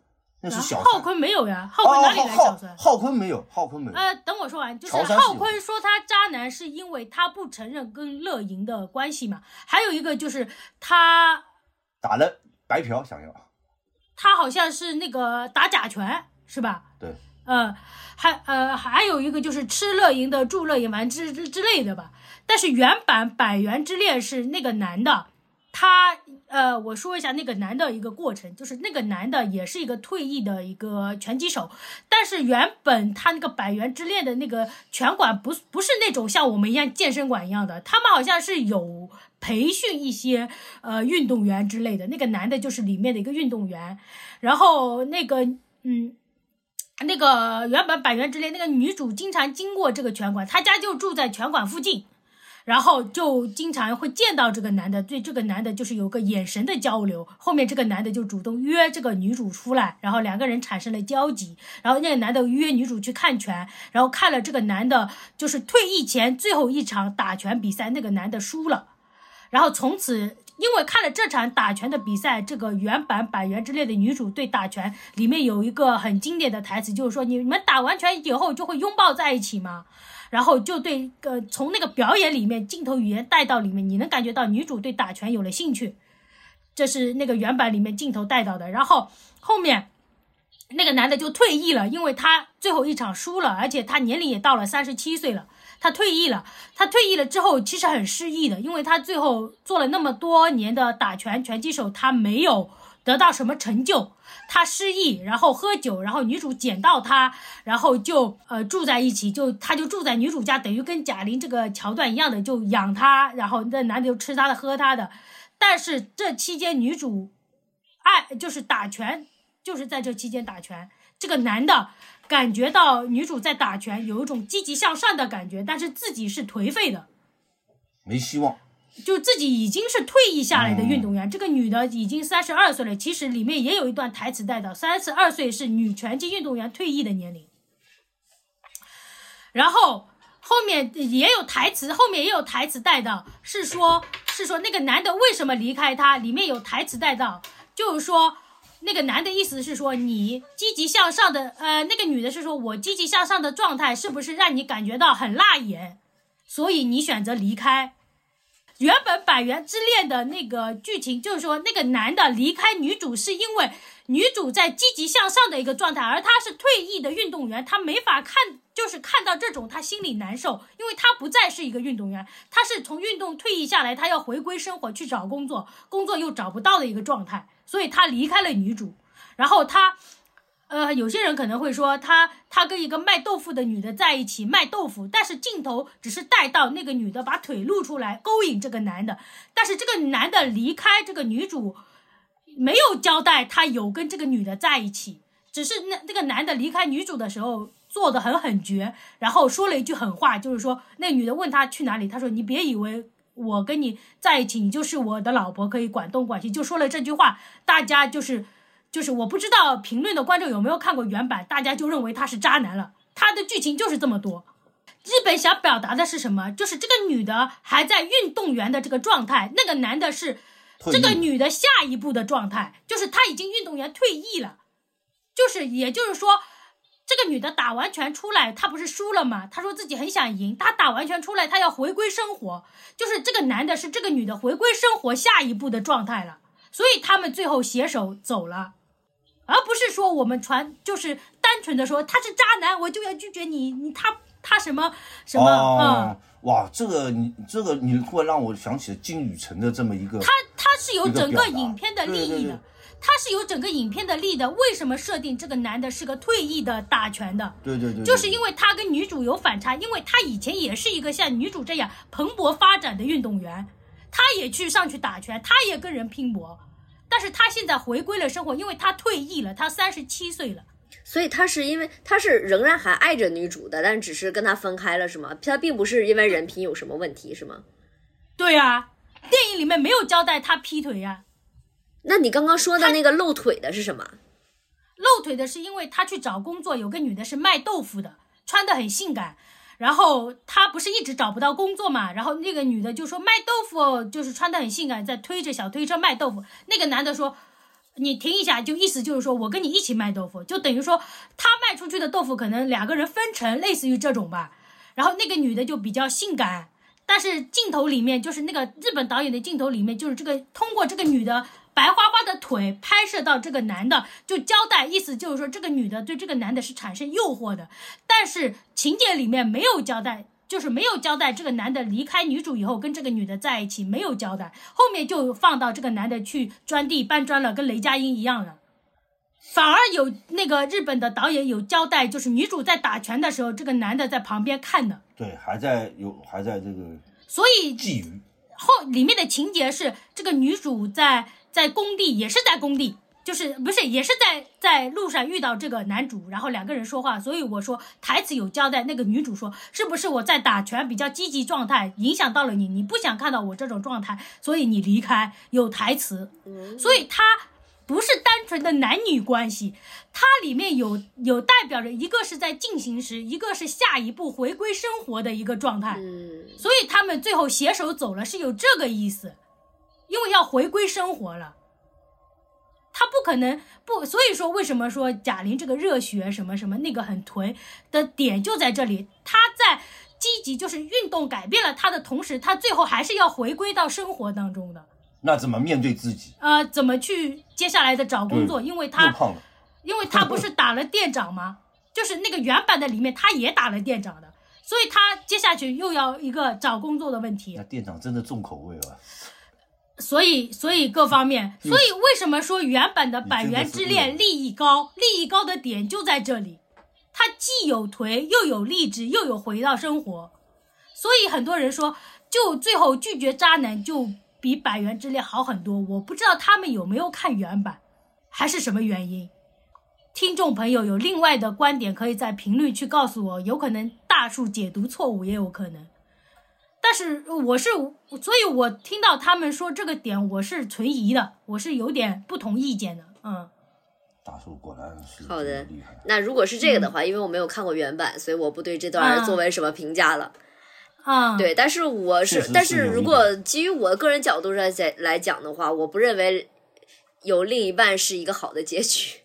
那是小浩坤没有呀，浩坤哪里来小三？ 浩坤没有。 等我说完，就是浩坤说他渣男是因为他不承认跟乐莹的关系嘛，还有一个就是他打了白嫖想要， 他好像是那个打假拳是吧？ 对， 还有一个就是吃乐莹的住乐莹丸之类的吧。但是原版《百元之恋》是那个男的，他我说一下那个男的一个过程，就是那个男的也是一个退役的一个拳击手，但是原本他那个《百元之恋》的那个拳馆不是那种像我们一样健身馆一样的，他们好像是有培训一些运动员之类的，那个男的就是里面的一个运动员，然后那个原本《百元之恋》那个女主经常经过这个拳馆，她家就住在拳馆附近，然后就经常会见到这个男的，对这个男的就是有个眼神的交流，后面这个男的就主动约这个女主出来，然后两个人产生了交集，然后那个男的约女主去看拳，然后看了这个男的就是退役前最后一场打拳比赛，那个男的输了，然后从此因为看了这场打拳的比赛，这个原版《百元之恋》的女主对打拳里面有一个很经典的台词，就是说你们打完拳以后就会拥抱在一起吗？然后就对从那个表演里面镜头语言带到里面，你能感觉到女主对打拳有了兴趣，这是那个原版里面镜头带到的。然后后面那个男的就退役了，因为他最后一场输了，而且他年龄也到了37岁了，他退役了之后其实很失意的，因为他最后做了那么多年的打拳拳击手，他没有得到什么成就，他失忆，然后喝酒，然后女主捡到他，然后就住在一起，他就住在女主家，等于跟贾玲这个桥段一样的，就养他，然后那男的就吃他的喝他的。但是这期间女主就是打拳，就是在这期间打拳，这个男的感觉到女主在打拳有一种积极向上的感觉，但是自己是颓废的， 没希望， 就自己已经是退役下来的运动员，这个女的已经32岁了，其实里面也有一段台词带到，32岁是女拳击运动员退役的年龄。然后后面也有台词带到，是说那个男的为什么离开他，里面有台词带到，就是说那个男的意思是说你积极向上的那个女的是说我积极向上的状态是不是让你感觉到很辣眼，所以你选择离开。原本《百元之恋》的那个剧情就是说那个男的离开女主是因为女主在积极向上的一个状态，而他是退役的运动员，他没法看到这种他心里难受，因为他不再是一个运动员，他是从运动退役下来，他要回归生活去找工作又找不到的一个状态，所以他离开了女主。然后他有些人可能会说他跟一个卖豆腐的女的在一起卖豆腐，但是镜头只是带到那个女的把腿露出来勾引这个男的，但是这个男的离开这个女主没有交代他有跟这个女的在一起，只是那个男的离开女主的时候做得很绝，然后说了一句狠话，就是说那女的问他去哪里，他说你别以为我跟你在一起你就是我的老婆可以管东管西，就说了这句话，大家就是我不知道评论的观众有没有看过原版，大家就认为他是渣男了，他的剧情就是这么多。日本想表达的是什么，就是这个女的还在运动员的这个状态，那个男的是这个女的下一步的状态，就是他已经运动员退役了，也就是说这个女的打完拳出来，她不是输了吗？她说自己很想赢，她打完拳出来，她要回归生活，就是这个男的是这个女的回归生活下一步的状态了，所以他们最后携手走了，而不是说我们就是单纯的说他是渣男，我就要拒绝你他什么哇，这个你突然让我想起了金宇澄的这么一个， 他是有整个影片的利益的，他是有整个影片的利益的。为什么设定这个男的是个退役的打拳的？ 对， 就是因为他跟女主有反差，因为他以前也是一个像女主这样蓬勃发展的运动员，他也上去打拳，他也跟人拼搏，但是他现在回归了生活，因为他退役了，他37岁了。 所以他是因为他是仍然还爱着女主的，但只是跟他分开了是吗？他并不是因为人品有什么问题是吗？ 对啊，电影里面没有交代他劈腿啊。 那你刚刚说的那个露腿的是什么？ 露腿的是因为他去找工作，有个女的是卖豆腐的，穿得很性感，然后他不是一直找不到工作嘛，然后那个女的就说卖豆腐就是穿得很性感，在推着小推车卖豆腐，那个男的说你停一下，就意思就是说我跟你一起卖豆腐，就等于说他卖出去的豆腐可能2个人分成，类似于这种吧。然后那个女的就比较性感，但是镜头里面就是那个日本导演的镜头里面，就是这个通过这个女的白花花的腿拍摄到这个男的，就交代，意思就是说这个女的对这个男的是产生诱惑的，但是情节里面没有交代，就是没有交代这个男的离开女主以后跟这个女的在一起，没有交代，后面就放到这个男的去砖地搬砖了，跟雷佳音一样了。反而有那个日本的导演有交代，就是女主在打拳的时候，这个男的在旁边看的。 对，还在这个， 所以觊觎。 里面的情节是这个女主在工地，也是在工地，就是不是也是在路上遇到这个男主，然后2个人说话。所以我说台词有交代，那个女主说是不是我在打拳比较积极状态影响到了你，你不想看到我这种状态，所以你离开，有台词。所以他不是单纯的男女关系，它里面有代表着一个是在进行时，一个是下一步回归生活的一个状态。所以他们最后携手走了是有这个意思，因为要回归生活了，他不可能不，所以说为什么说贾玲这个热血什么什么那个很颓的点就在这里，他在积极就是运动改变了他的同时，他最后还是要回归到生活当中的。 那怎么面对自己？ 怎么去接下来的找工作？因为他不是打了店长吗？就是那个原版的里面他也打了店长的，所以他接下去又要一个找工作的问题。 那店长真的重口味了。 所以各方面，所以为什么说原版的《百元之恋》利益高的点就在这里，他既有颓又有励志又有回到生活，所以很多人说就最后拒绝渣男就比《百元之恋》好很多。我不知道他们有没有看原版，还是什么原因。听众朋友有另外的观点，可以在评论区告诉我，有可能大数解读错误，也有可能。但是所以我听到他们说这个点，我是存疑的，我是有点不同意见的。 大叔果然是好的厉害。 那如果是这个的话，因为我没有看过原版，所以我不对这段作为什么评价了。对，但是如果基于我个人角度上来讲的话，我不认为有另一半是一个好的结局。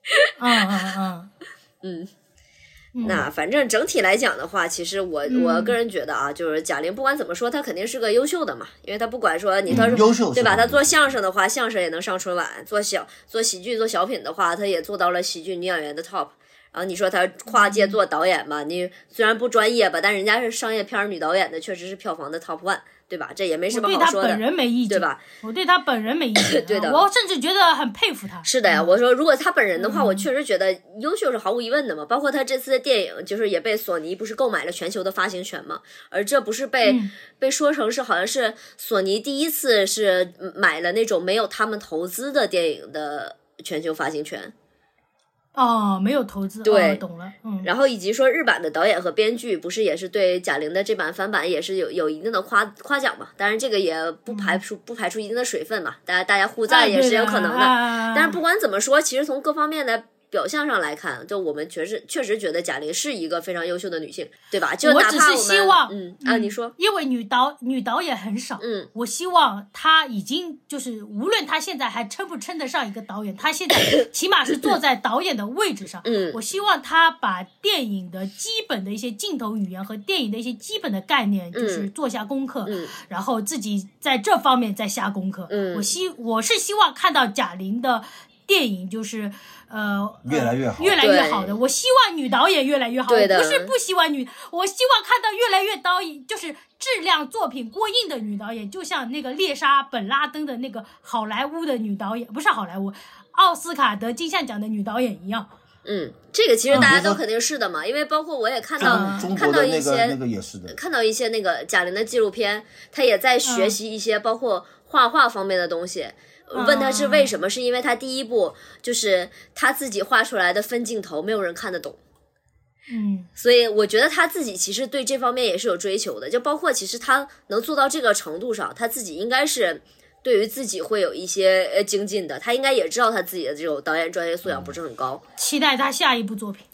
那反正整体来讲的话，其实我个人觉得啊，就是贾玲不管怎么说，她肯定是个优秀的嘛，因为她不管说她优秀对吧？她做相声的话，相声也能上春晚；做喜剧、做小品的话，她也做到了喜剧女演员的 top。然后你说她跨界做导演吧，你虽然不专业吧，但人家是商业片女导演的，确实是票房的 top 1。对吧？这也没什么好说的。 我对他本人没意见， 对吧？ 我对他本人没意见， 对的。 我甚至觉得很佩服他。 是的呀，我说如果他本人的话，我确实觉得优秀是毫无疑问的嘛。包括他这次的电影，就是也被索尼不是购买了全球的发行权嘛，而这不是被说成是好像是索尼第一次是买了那种没有他们投资的电影的全球发行权。 没有投资， 对， 懂了。 然后以及说日版的导演和编剧不是也是对贾玲的这版翻版也是有一定的夸奖嘛，当然这个也不排除一定的水分嘛，大家互赞也是有可能的。但是不管怎么说，其实从各方面的表象上来看，就我们确实觉得贾玲是一个非常优秀的女性，对吧？就哪怕我只是希望， 你说， 因为女导演很少，我希望她已经就是无论她现在还称不称得上一个导演，她现在起码是坐在导演的位置上，我希望她把电影的基本的一些镜头语言和电影的一些基本的概念，就是做下功课，然后自己在这方面再下功课。我是希望看到贾玲的电影就是越来越好， 越来越好的。我希望女导演越来越好，我不是不希望我希望看到越来越就是质量作品过硬的女导演，就像那个猎杀本拉登的那个好莱坞的女导演，不是好莱坞，奥斯卡得金像奖的女导演一样。 这个其实大家都肯定是的嘛，因为包括我也看到一些那个也是的， 看到一些那个贾玲的纪录片，她也在学习一些包括画画方面的东西。问他是为什么，是因为他第一部就是他自己画出来的分镜头没有人看得懂，所以我觉得他自己其实对这方面也是有追求的，就包括其实他能做到这个程度上，他自己应该是对于自己会有一些精进的，他应该也知道他自己的这种导演专业素养不是很高， 期待他下一部作品。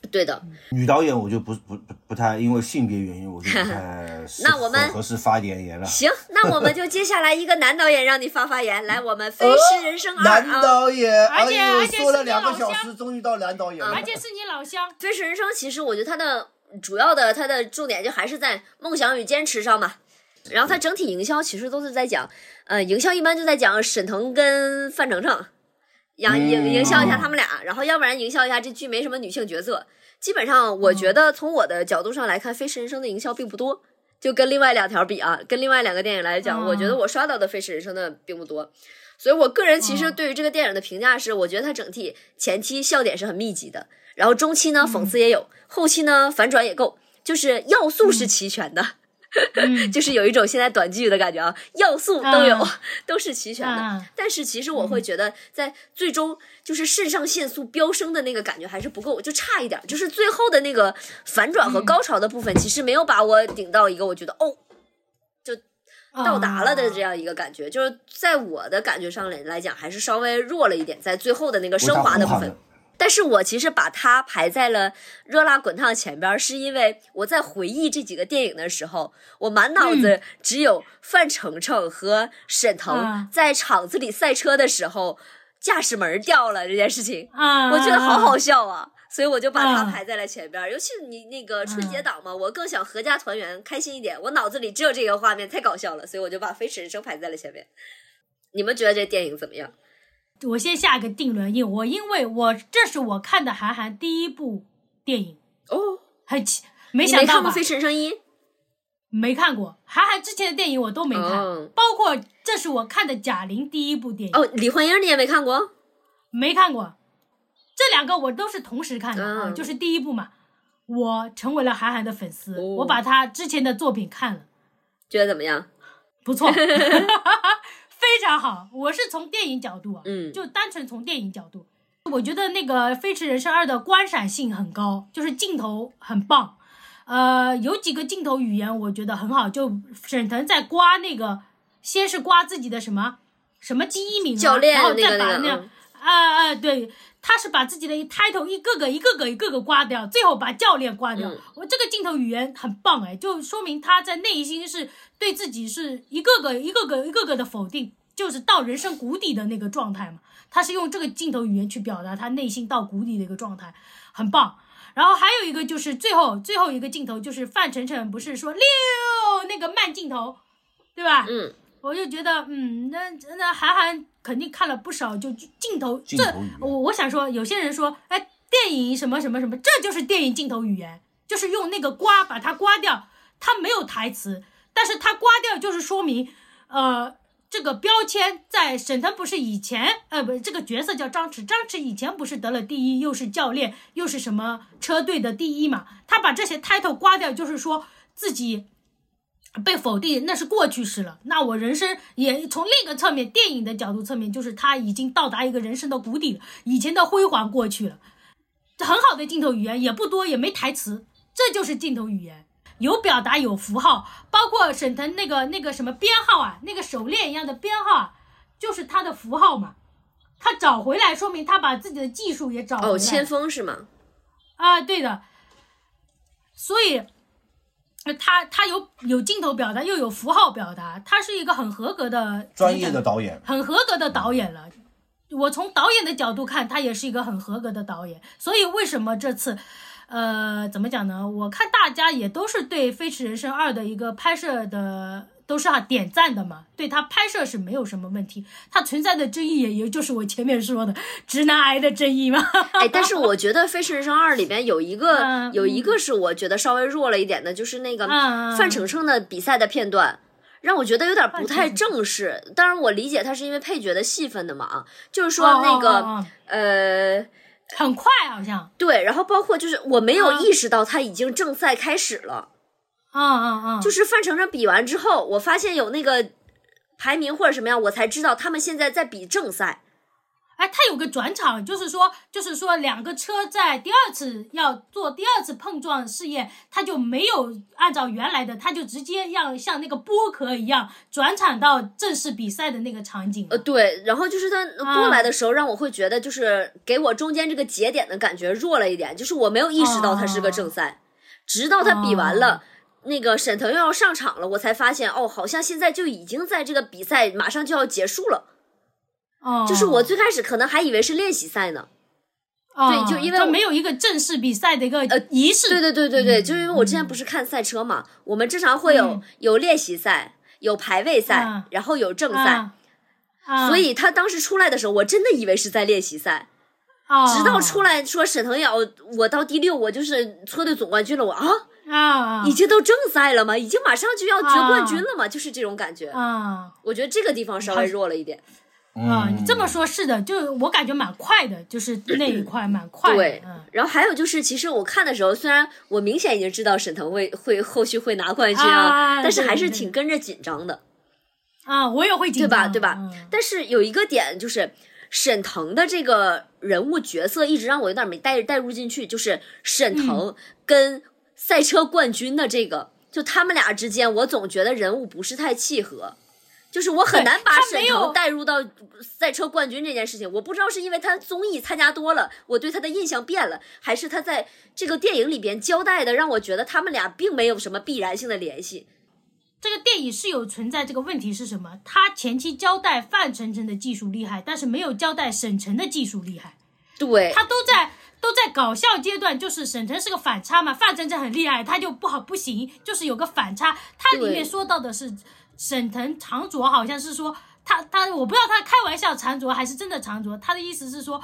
对的， 女导演我就不太，因为性别原因，我就不太那我们合适发言了。 行，那我们就接下来一个男导演让你发言，来，我们《飞驰人生2》 男导演， 而且说了2个小时，终于到男导演了， 而且是你老乡。 《飞驰人生》其实我觉得它的主要的它的重点就还是在梦想与坚持上嘛。然后它整体营销其实都是在讲，营销一般就在讲沈腾跟范丞丞，营销一下他们俩，然后要不然营销一下这剧没什么女性角色。基本上我觉得从我的角度上来看，飞驰人生的营销并不多，就跟另外2条比啊，跟另外2个电影来讲，我觉得我刷到的飞驰人生的并不多。所以我个人其实对于这个电影的评价是，我觉得它整体前期笑点是很密集的，然后中期呢讽刺也有，后期呢反转也够，就是要素是齐全的。就是有一种现在短剧的感觉啊，要素都有，都是齐全的。但是其实我会觉得，在最终就是肾上腺素飙升的那个感觉还是不够，就差一点。就是最后的那个反转和高潮的部分，其实没有把我顶到一个我觉得就到达了的这样一个感觉。就是在我的感觉上来讲，还是稍微弱了一点，在最后的那个升华的部分。但是我其实把它排在了热辣滚烫前边，是因为我在回忆这几个电影的时候，我满脑子只有范丞丞和沈腾在场子里赛车的时候驾驶门掉了这件事情，我觉得好好笑啊，所以我就把它排在了前边。尤其你那个春节档嘛，我更想合家团圆开心一点，我脑子里只有这个画面，太搞笑了，所以我就把《飞驰人生》排在了前面。你们觉得这电影怎么样？ 我先下个定论，因为这是我看的韩寒第一部电影哦， 没想到吧？ 你没看过《飞驰人生1》？ 没看过，韩寒之前的电影我都没看，包括这是我看的贾玲第一部电影。 李焕英你也没看过？ 没看过，这2个我都是同时看的就是第一部嘛，我成为了韩寒的粉丝，我把他之前的作品看了， 觉得怎么样？ 不错。非常好，我是从电影角度就单纯从电影角度，我觉得那个《飞驰人生2》的观赏性很高，就是镜头很棒，有几个镜头语言我觉得很好，就沈腾在刮那个，先是刮自己的什么第一名教练， 然后再把对，他是把自己的title一个个刮掉，最后把教练刮掉。我这个镜头语言很棒就说明他在内心是对自己是一个个的否定，就是到人生谷底的那个状态嘛。他是用这个镜头语言去表达他内心到谷底的一个状态，很棒。然后还有一个就是最后一个镜头，就是范丞丞不是说溜那个慢镜头，对吧？我就觉得那韩寒肯定看了不少，就镜头这我想说，有些人说电影什么什么什么，这就是电影镜头语言，就是用那个刮把它刮掉，它没有台词，但是它刮掉就是说明这个标签在沈腾不是以前这个角色叫张弛以前不是得了第一，又是教练又是什么车队的第一嘛，他把这些 title 刮掉，就是说自己被否定，那是过去式了。那我人生也从另一个侧面，电影的角度侧面，就是他已经到达一个人生的谷底了，以前的辉煌过去了。很好的镜头语言，也不多，也没台词，这就是镜头语言，有表达，有符号，包括沈腾那个什么编号那个手链一样的编号就是他的符号嘛。他找回来，说明他把自己的技术也找回来。 签封是吗？ 对的。所以他有镜头表达，又有符号表达，他是一个很合格的专业的导演， 很合格的导演了。我从导演的角度看，他也是一个很合格的导演。所以为什么这次怎么讲呢？我看大家也都是对《飞驰人生2》的一个拍摄的都是点赞的嘛，对他拍摄是没有什么问题，他存在的争议也就是我前面说的直男癌的争议嘛。 但是我觉得《飞驰人生2》里边有一个是我觉得稍微弱了一点的，就是那个范丞丞的比赛的片段，让我觉得有点不太正式。当然我理解他是因为配角的戏份的嘛就是说那个很快好像对，然后包括就是我没有意识到他已经正赛开始了。就是范丞丞比完之后，我发现有那个排名或者什么样，我才知道他们现在在比正赛。 哎，他有个转场，就是说两个车在第二次碰撞试验，他就没有按照原来的，他就直接像那个剥壳一样转场到正式比赛的那个场景。 对，然后就是他过来的时候，让我会觉得就是给我中间这个节点的感觉弱了一点，就是我没有意识到它是个正赛，直到他比完了。那个沈腾又要上场了，我才发现好像现在就已经在这个比赛马上就要结束了。就是我最开始可能还以为是练习赛呢。对，就因为它没有一个正式比赛的一个仪式。 对，就因为我之前不是看赛车嘛，我们正常会有练习赛，有排位赛，然后有正赛。所以他当时出来的时候，我真的以为是在练习赛。直到出来说沈腾我到第6，我就是车队总冠军了，已经都正赛了吗？已经马上就要决冠军了吗？就是这种感觉。我觉得这个地方稍微弱了一点。 你这么说，是的，就我感觉蛮快的，就是那一块蛮快的。 对，然后还有就是，其实我看的时候，虽然我明显已经知道沈腾会后续会拿冠军但是还是挺跟着紧张的。 我也会紧张， 对吧？但是有一个点就是。沈腾的这个人物角色一直让我有点没带入进去，就是沈腾跟赛车冠军的这个，就他们俩之间，我总觉得人物不是太契合，就是我很难把沈腾带入到赛车冠军这件事情。我不知道是因为他综艺参加多了，我对他的印象变了，还是他在这个电影里边交代的让我觉得他们俩并没有什么必然性的联系。 这个电影是有存在这个问题是什么？他前期交代范丞丞的技术厉害，但是没有交代沈腾的技术厉害。 对， 他都在搞笑阶段，就是沈腾是个反差嘛，范丞丞很厉害，他就不行，就是有个反差。他里面说到的是沈腾藏拙，好像是说他我不知道他开玩笑藏拙还是真的藏拙。他的意思是说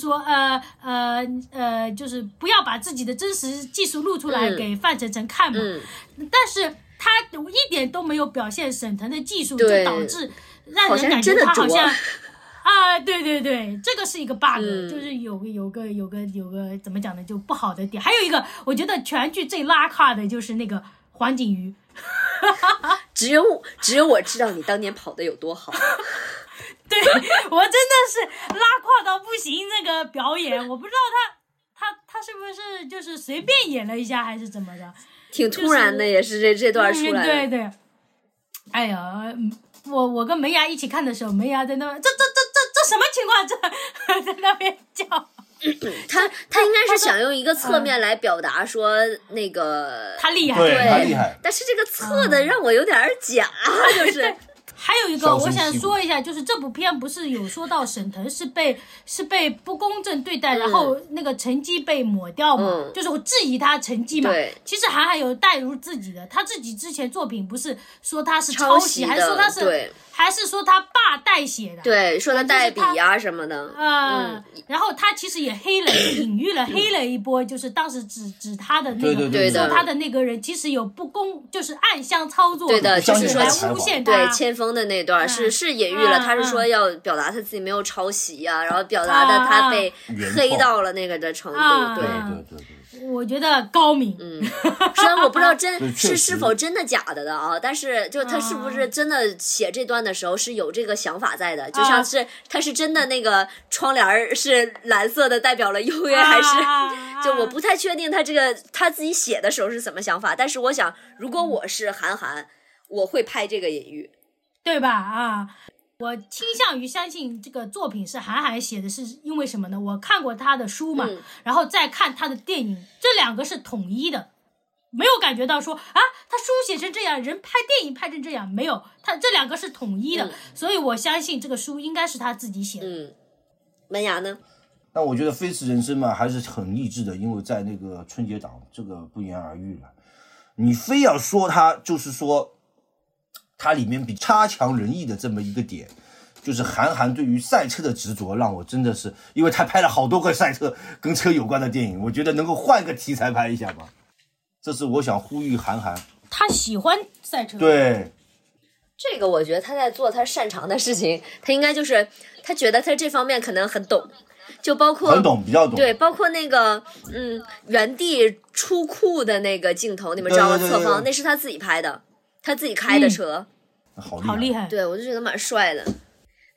就是不要把自己的真实技术露出来给范丞丞看嘛。但是他一点都没有表现沈腾的技术，就导致让人感觉他好像对，这个是一个 bug，就是有个怎么讲呢，就不好的点。还有一个，我觉得全剧最拉胯的就是那个黄景瑜， 只有我知道你当年跑得有多好。 对，我真的是拉胯到不行，那个表演，我不知道他是不是就是随便演了一下还是怎么的。 挺突然的，也是这段出来的。 对，哎呀，我跟梅芽一起看的时候，梅芽在那这什么情况？这在那边叫。 他应该是想用一个侧面来表达说那个他厉害， 对，他厉害。 但是这个侧的让我有点假，就是。 还有一个我想说一下，就是这部片不是有说到沈腾是被不公正对待，然后那个成绩被抹掉嘛，就是我质疑他成绩嘛。其实韩寒有带入自己的，他自己之前作品不是说他是抄袭，还是说他是还是说他爸代写的？ 对，说他代笔啊什么的。 然后他其实也隐喻了黑了一波，就是当时指他的那个， 对说他的那个人其实有不公，就是暗箱操作， 对的，就是说来诬陷他。 对，千锋的那段是隐喻了，他是说要表达他自己没有抄袭呀，然后表达的他被黑到了那个的程度。对。 我觉得高明， 虽然我不知道是否真的假的啊，但是就他是不是真的写这段的时候是有这个想法在的，就像是他是真的那个窗帘是蓝色的代表了优越，还是就我不太确定他这个他自己写的时候是什么想法，但是我想如果我是韩寒，我会拍这个隐喻， 对吧？我倾向于相信这个作品是韩寒写的，是因为什么呢？我看过他的书嘛，然后再看他的电影，这两个是统一的，没有感觉到说他书写成这样，人拍电影拍成这样，没有，他这两个是统一的，所以我相信这个书应该是他自己写的。 门牙呢？ 那我觉得《飞驰人生》嘛还是很励志的，因为在那个春节档，这个不言而喻了。你非要说他，就是说。它里面比差强人意的这么一个点，就是韩寒对于赛车的执着，让我真的是，因为他拍了好多个赛车跟车有关的电影，我觉得能够换个题材拍一下吧。这是我想呼吁韩寒。 他喜欢赛车。 对。 这个我觉得他在做他擅长的事情，他应该就是他觉得他这方面可能很懂，就包括很懂，比较懂。 对，包括那个原地出库的那个镜头，你们知道吗？侧方那是他自己拍的。他自己开的车， 好厉害！ 对，我就觉得蛮帅的。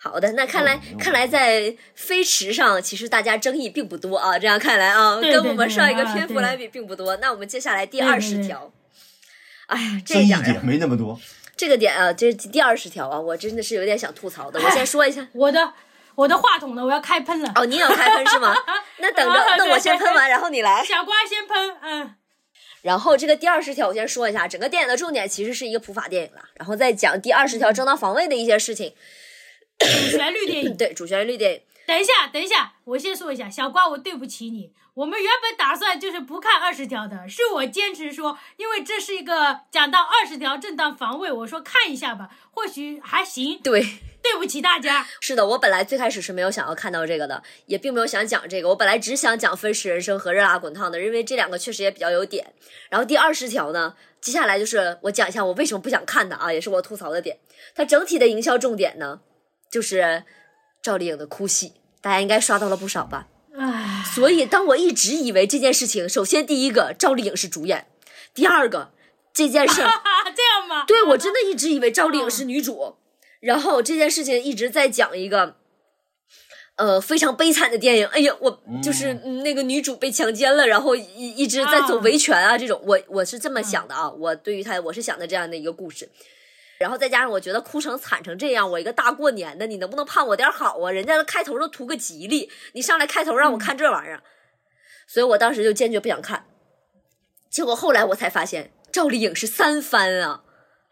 好的，那看来在飞驰上，其实大家争议并不多啊。这样看来啊，跟我们上一个篇幅来比并不多。那我们接下来第20条，哎呀，这一点没那么多。 这个点啊，这是第20条啊，我真的是有点想吐槽的。我先说一下， 我的话筒呢，我要开喷了。 哦，你也要开喷是吗？那等着，那我先喷完，然后你来。 小瓜先喷， 然后这个第20条我先说一下，整个电影的重点其实是一个普法电影了，然后再讲第20条正当防卫的一些事情。 主旋律电影。 对，主旋律电影。 等一下，我先说一下，小瓜，我对不起你。我们原本打算就是不看20条的，是我坚持说，因为这是一个讲到20条正当防卫，我说看一下吧，或许还行。 对不起大家。 是的，我本来最开始是没有想要看到这个的，也并没有想讲这个，我本来只想讲分食人生和热辣滚烫的，因为这两个确实也比较有点。然后第20条呢，接下来就是我讲一下我为什么不想看的啊，也是我吐槽的点。它整体的营销重点呢，就是赵丽颖的哭戏，大家应该刷到了不少吧。所以当我一直以为这件事情，首先第一个赵丽颖是主演，第二个这件事这样吗？ 对，我真的一直以为赵丽颖是女主，然后这件事情一直在讲一个非常悲惨的电影。哎呀，我就是那个女主被强奸了，然后一直在走维权啊，这种我是这么想的啊，我对于我是想的这样的一个故事。然后再加上我觉得哭成惨成这样，我一个大过年的，你能不能盼我点好啊？人家的开头都图个吉利，你上来开头让我看这玩意儿，所以我当时就坚决不想看。结果后来我才发现赵丽颖是3番啊，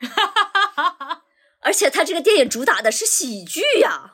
而且他这个电影主打的是喜剧呀。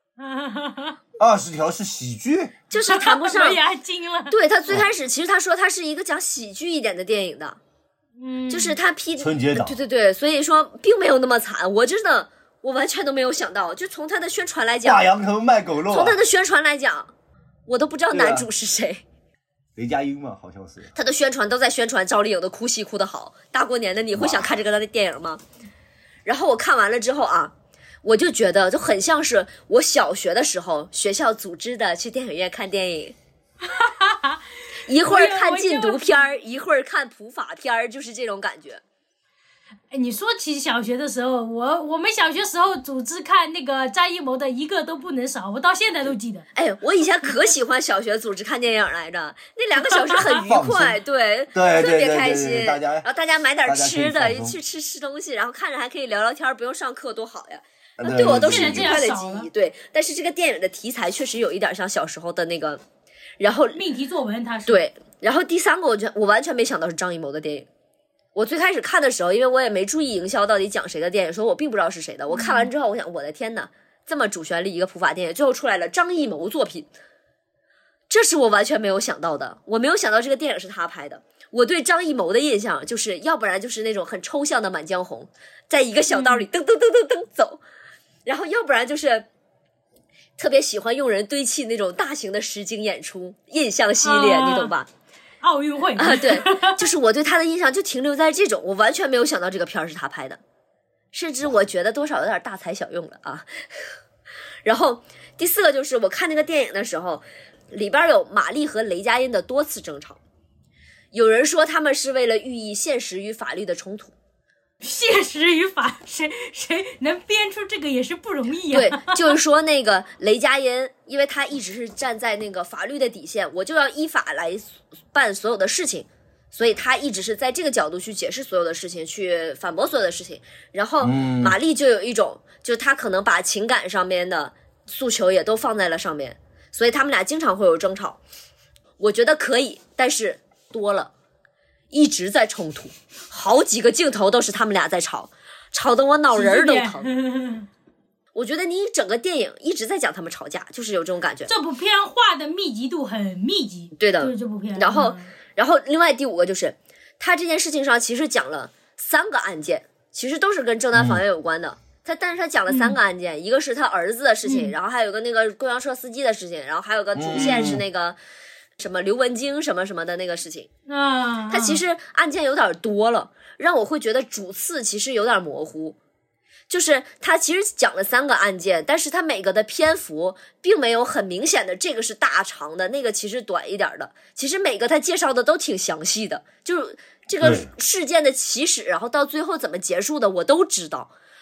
20条是喜剧， 就是谈不上。 我牙惊了。 对，他最开始其实他说他是一个讲喜剧一点的电影的。就是他春节档， 对，所以说并没有那么惨。我完全都没有想到，就从他的宣传来讲， 大洋他们卖狗肉从他的宣传来讲，我都不知道男主是谁。 雷佳音嘛，好像是。 他的宣传都在宣传赵丽颖的哭戏哭得好，大过年的你会想看这个电影吗？然后我看完了之后啊，我就觉得就很像是我小学的时候学校组织的去电影院看电影。一会儿看禁毒片儿，一会儿看普法片儿，就是这种感觉。 哎，你说起小学的时候，我们小学时候组织看那个张艺谋的一个都不能少，我到现在都记得。 哎，我以前可喜欢小学组织看电影来着，那2个小时很愉快，对，特别开心。然后大家买点吃的，去吃东西，然后看着还可以聊聊天，不用上课，多好呀！对我都是愉快的记忆。对，但是这个电影的题材确实有一点像小时候的那个。然后命题作文他是对，然后第3个我完全没想到是张艺谋的电影。我最开始看的时候，因为我也没注意营销到底讲谁的电影，所以我并不知道是谁的。我看完之后，我想我的天哪，这么主旋律一个普法电影，最后出来了张艺谋作品，这是我完全没有想到的。我没有想到这个电影是他拍的。我对张艺谋的印象就是要不然就是那种很抽象的《满江红》，在一个小道里噔噔噔噔噔走，然后要不然就是特别喜欢用人堆砌那种大型的实景演出，印象系列，你懂吧？ 奥运会啊，对，就是我对他的印象就停留在这种，我完全没有想到这个片儿是他拍的，甚至我觉得多少有点大材小用了啊。然后第4个就是我看那个电影的时候，里边有马丽和雷佳音的多次争吵，有人说他们是为了寓意现实与法律的冲突。 现实与法，谁能编出这个也是不容易啊。 对，就是说那个雷佳音，因为他一直是站在那个法律的底线，我就要依法来办所有的事情，所以他一直是在这个角度去解释所有的事情，去反驳所有的事情。然后马丽就有一种，就他可能把情感上面的诉求也都放在了上面，所以他们俩经常会有争吵。我觉得可以，但是多了。一直在冲突，好几个镜头都是他们俩在吵得我脑仁都疼。我觉得你整个电影一直在讲他们吵架，就是有这种感觉。 这部片画的密集度很密集， 对的， 就是这部片。 然后另外第5个就是他这件事情上其实讲了3个案件，其实都是跟正当防卫有关的。但是他讲了3个案件，一个是他儿子的事情，然后还有个那个公交车司机的事情，然后还有个主线是那个什么刘文京什么什么的那个事情。他其实案件有点多了，让我会觉得主次其实有点模糊。就是他其实讲了3个案件，但是他每个的篇幅并没有很明显的这个是大长的，那个其实短一点的。其实每个他介绍的都挺详细的，就是这个事件的起始，然后到最后怎么结束的我都知道。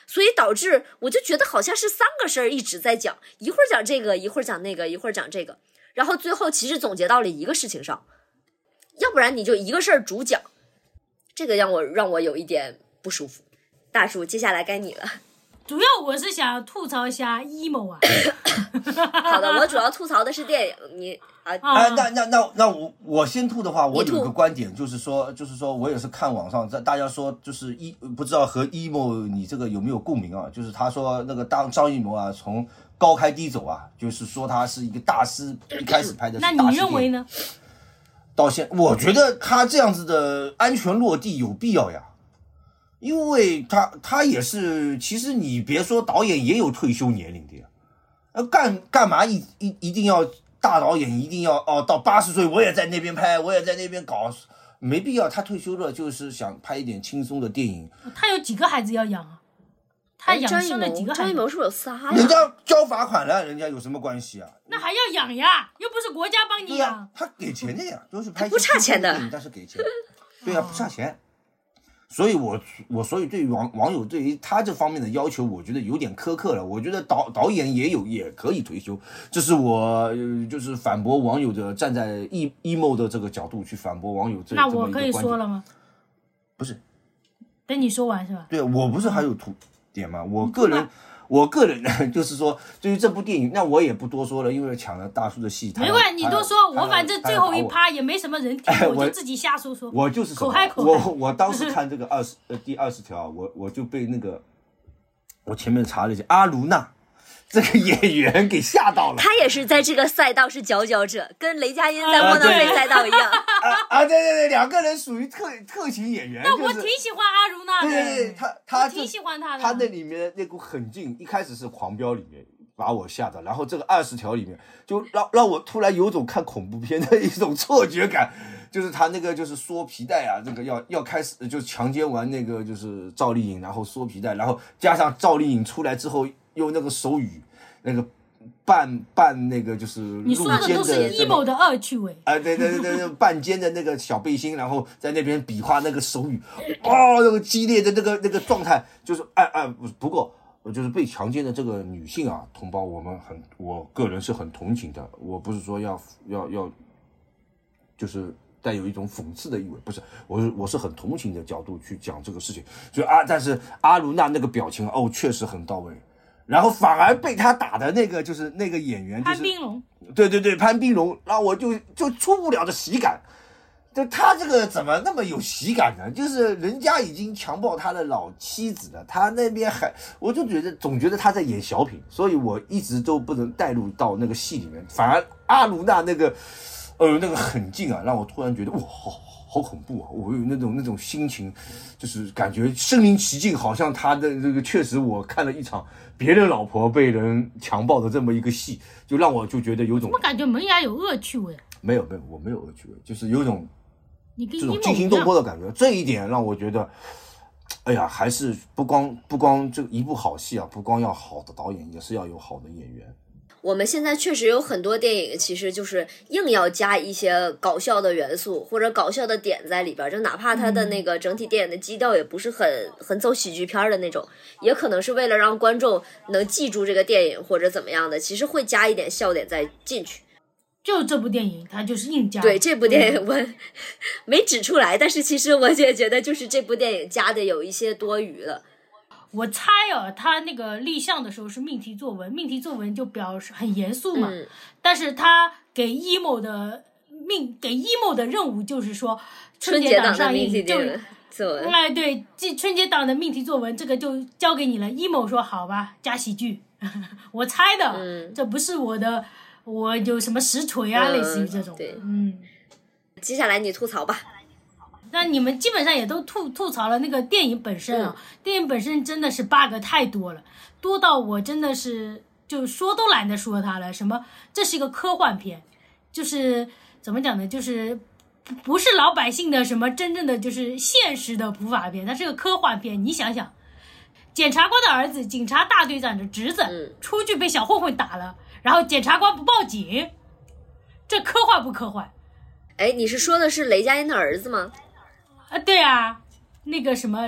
所以导致我就觉得好像是3个事儿一直在讲，一会儿讲这个，一会儿讲那个，一会儿讲这个，然后最后其实总结到了一个事情上，要不然你就一个事儿主讲，这个让我有一点不舒服。大叔，接下来该你了。 主要我是想吐槽一下 emo 啊。 好的，我主要吐槽的是电影，你那我先吐的话，我有一个观点，就是说我也是看网上大家说，就是不知道和 emo 你这个有没有共鸣啊？就是他说那个张艺谋啊，从高开低走啊，就是说他是一个大师，一开始拍的是大师。 那你认为呢？ 我觉得他这样子的安全落地有必要呀。因为他也是，其实你别说导演也有退休年龄的呀，干嘛一定要大导演一定要到80岁我也在那边拍，我也在那边搞，没必要。他退休了就是想拍一点轻松的电影。 他有几个孩子要养啊？他养生了几个孩子？ 张艺谋是不是有仨呀？ 人家交罚款了，人家有什么关系啊？ 那还要养呀，又不是国家帮你养。 他给钱的呀，都是拍不差钱的， 但是给钱。对呀，不差钱。所以所以对于网友对于他这方面的要求，我觉得有点苛刻了。我觉得导演也可以退休，这是我就是反驳网友的，站在 emo 的这个角度去反驳网友这那我可以说了吗？ 不是， 等你说完是吧？ 对，我不是还有吐点吗？我个人呢，就是说，对于这部电影，那我也不多说了，因为抢了大叔的戏。 没关系，你多说，我反正最后一趴也没什么人听，我就自己瞎说说。 我就是口嗨。 我当时看这个第20条，我就被那个，我前面查了一下阿卢娜这个演员给吓到了。 他也是在这个赛道是佼佼者，跟雷佳音在窝囊废赛道一样。 对，两个人属于特型演员。 那我挺喜欢阿卢娜的。 对，他挺喜欢他的。 他那里面那股狠劲，一开始是狂飙里面把我吓到，然后这个20条里面就让我突然有种看恐怖片的一种错觉感，就是他那个就是缩皮带啊，这个要开始就强奸完那个就是赵丽颖，然后缩皮带，然后加上赵丽颖出来之后用那个手语那个扮那个就是你说的都是 emo 的恶趣味对，半肩的那个小背心，然后在那边比划那个手语，那个激烈的那个状态，就是不过就是被强奸的这个女性啊同胞，我个人是很同情的，我不是说要就是带有一种讽刺的意味，不是，我是很同情的角度去讲这个事情，所以但是阿卢娜那个表情确实很到位。然后反而被他打的那个就是那个演员，就是潘斌龙， 对，潘斌龙，然后我就出不了的喜感。就他这个怎么那么有喜感呢？就是人家已经强暴他的老妻子了，他那边我就总觉得他在演小品，所以我一直都不能带入到那个戏里面。反而阿卢娜那个狠劲啊，让我突然觉得哇，好恐怖啊！我有那种心情，就是感觉身临其境，好像他的这个确实我看了一场别人老婆被人强暴的这么一个戏，就让我就觉得有种。 我感觉门牙有恶趣味。 没有，我没有恶趣味，就是有种这种惊心动魄的感觉。这一点让我觉得，哎呀，还是不光这一部好戏啊，不光要好的导演，也是要有好的演员。 我们现在确实有很多电影，其实就是硬要加一些搞笑的元素或者搞笑的点在里边，就哪怕它的那个整体电影的基调也不是很走喜剧片的那种，也可能是为了让观众能记住这个电影或者怎么样的，其实会加一点笑点再进去。 就这部电影它就是硬加。 对，这部电影我没指出来，但是其实我也觉得就是这部电影加的有一些多余了。 我猜他那个立项的时候是命题作文，命题作文就表示很严肃嘛，但是他给 emo 的任务就是说春节档上映就对，春节档的命题作文这个就交给你了。 emo 说好吧，加喜剧我猜的，这不是我有什么实锤啊，类似于这种。 对，接下来你吐槽吧。 那你们基本上也都吐槽了那个电影本身啊，电影本身真的是 bug 太多了，多到我真的是就说都懒得说它了。什么这是一个科幻片，就是怎么讲呢，就是不是老百姓的什么真正的就是现实的普法片，它是个科幻片。你想想，检察官的儿子，警察大队长的侄子，出去被小混混打了，然后检察官不报警，这科幻不科幻？哎， 你是说的是雷佳音的儿子吗？ 对啊，那个什么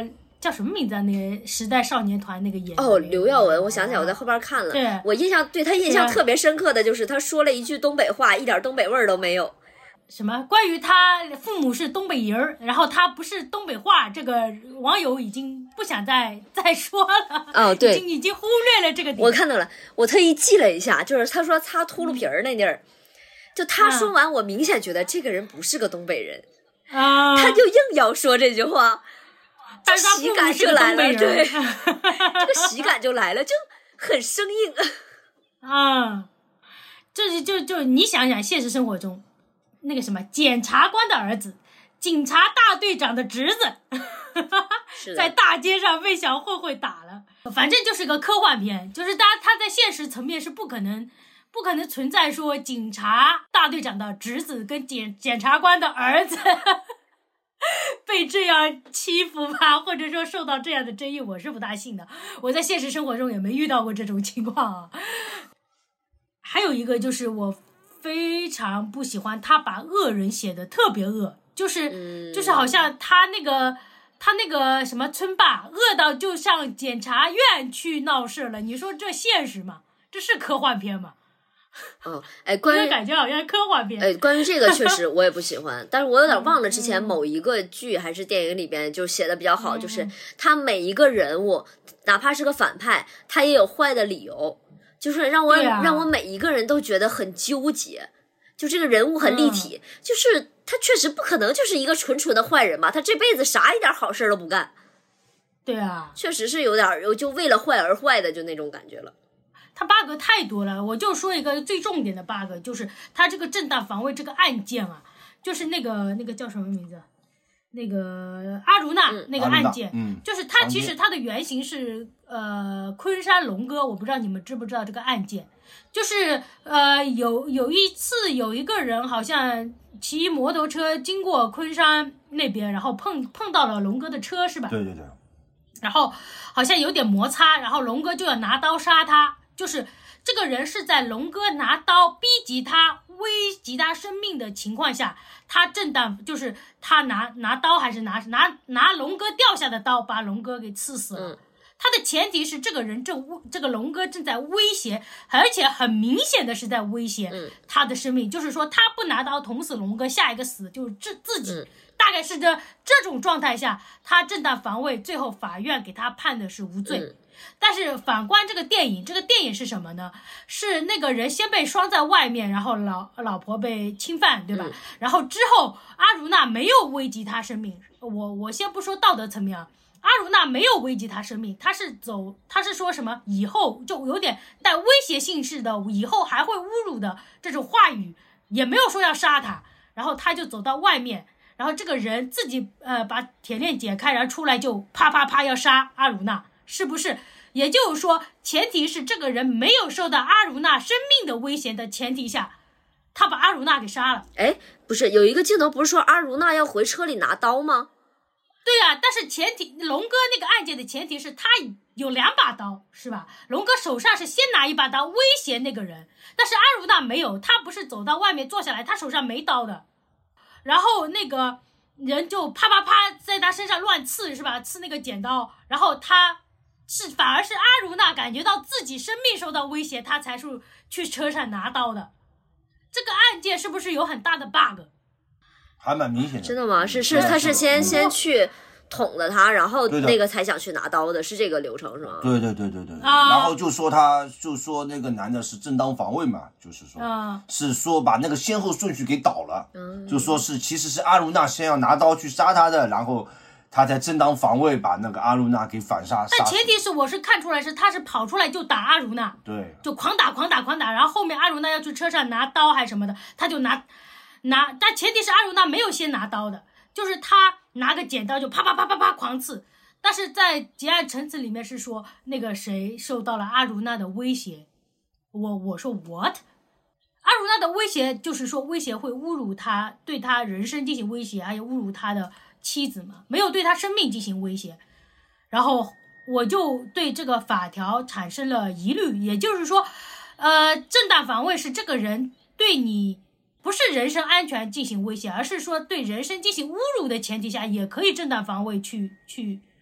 叫什么名字啊？那时代少年团那个演哦，刘耀文，我想起来，我在后边看了。 对， 我对他印象特别深刻的就是他说了一句东北话，一点东北味儿都没有。 什么？关于他父母是东北人，然后他不是东北话，这个网友已经不想再说了。 哦，对， 已经忽略了这个点。 我看到了，我特意记了一下，就是他说擦秃噜皮儿那地儿，就他说完，我明显觉得这个人不是个东北人啊， 他就硬要说这句话， 但是喜感就来了，对，这个喜感就来了，就很生硬啊。这就你想想，现实生活中。那个什么检察官的儿子，警察大队长的侄子在大街上被小混混打了，反正就是个科幻片，就是他在现实层面是不可能存在说警察大队长的侄子跟检察官的儿子被这样欺负吧，或者说受到这样的争议，我是不大信的。我在现实生活中也没遇到过这种情况啊。还有一个就是我非常不喜欢他把恶人写的特别恶，就是好像他那个什么村霸恶到就上检察院去闹事了，你说这现实吗？这是科幻片吗？ 哦，哎，关于感觉好像科幻片。 哎，关于这个确实我也不喜欢，但是我有点忘了之前某一个剧还是电影里边就写的比较好，就是他每一个人物，哪怕是个反派，他也有坏的理由。就是让我每一个人都觉得很纠结，就这个人物很立体，就是他确实不可能就是一个纯纯的坏人吧，他这辈子啥一点好事都不干。 对啊， 确实是有点就为了坏而坏的就那种感觉了。 他 bug 太多了，我就说一个最重点的 bug， 就是他这个正当防卫这个案件啊，就是那个叫什么名字？那个阿如那那个案件，就是他其实他的原型是昆山龙哥，我不知道你们知不知道这个案件，就是有一次有一个人好像骑摩托车经过昆山那边，然后碰到了龙哥的车是吧？ 对对对。 然后好像有点摩擦，然后龙哥就要拿刀杀他，就是这个人是在龙哥拿刀逼急他、危及他生命的情况下，他正当就是他拿刀还是拿龙哥掉下的刀把龙哥给刺死了。他的前提是这个人这个龙哥正在威胁，而且很明显的是在威胁他的生命，就是说他不拿刀捅死龙哥，下一个死就是自己。大概是这种状态下，他正当防卫，最后法院给他判的是无罪。但是反观这个电影是什么呢？是那个人先被拴在外面，然后老婆被侵犯，对吧？然后之后阿如那没有危及他生命，我先不说道德层面啊，阿如那没有危及他生命，他是说什么以后就有点带威胁性质的，以后还会侮辱的这种话语，也没有说要杀他，然后他就走到外面。然后这个人自己把铁链解开，然后出来就啪啪啪要杀阿如那，是不是？也就是说，前提是这个人没有受到阿如那生命的威胁的前提下，他把阿如那给杀了。 哎，不是有一个镜头不是说阿如那要回车里拿刀吗？ 对啊，但是前提龙哥那个案件的前提是他有2把刀，是吧？龙哥手上是先拿1把刀威胁那个人，但是阿如那没有，他不是走到外面坐下来，他手上没刀的。然后那个人就啪啪啪在他身上乱刺，是吧？刺那个剪刀，然后反而是阿如那感觉到自己生命受到威胁，他才是去车上拿刀的。这个案件是不是有很大的 bug？ 还蛮明显的。 真的吗？是他是先去捅了他，然后那个才想去拿刀的，是这个流程是吗？ 对。然后就说那个男的是正当防卫嘛，就是说是说把那个先后顺序给倒了，就说是其实是阿如那先要拿刀去杀他的，然后他才正当防卫把那个阿如那给反杀。 但前提是我是看出来是他是跑出来就打阿如那， 对， 就狂打，然后后面阿如那要去车上拿刀还是什么的，他就拿，但前提是阿如那没有先拿刀的，就是他拿个剪刀就啪啪啪啪啪狂刺。但是在结案陈词里面是说那个谁受到了阿如那的威胁，我说 what？ 阿如那的威胁就是说威胁会侮辱他，对他人身进行威胁，还有侮辱他的妻子嘛，没有对他生命进行威胁。然后我就对这个法条产生了疑虑，也就是说正当防卫是这个人对你不是人身安全进行威胁，而是说对人身进行侮辱的前提下，也可以正当防卫去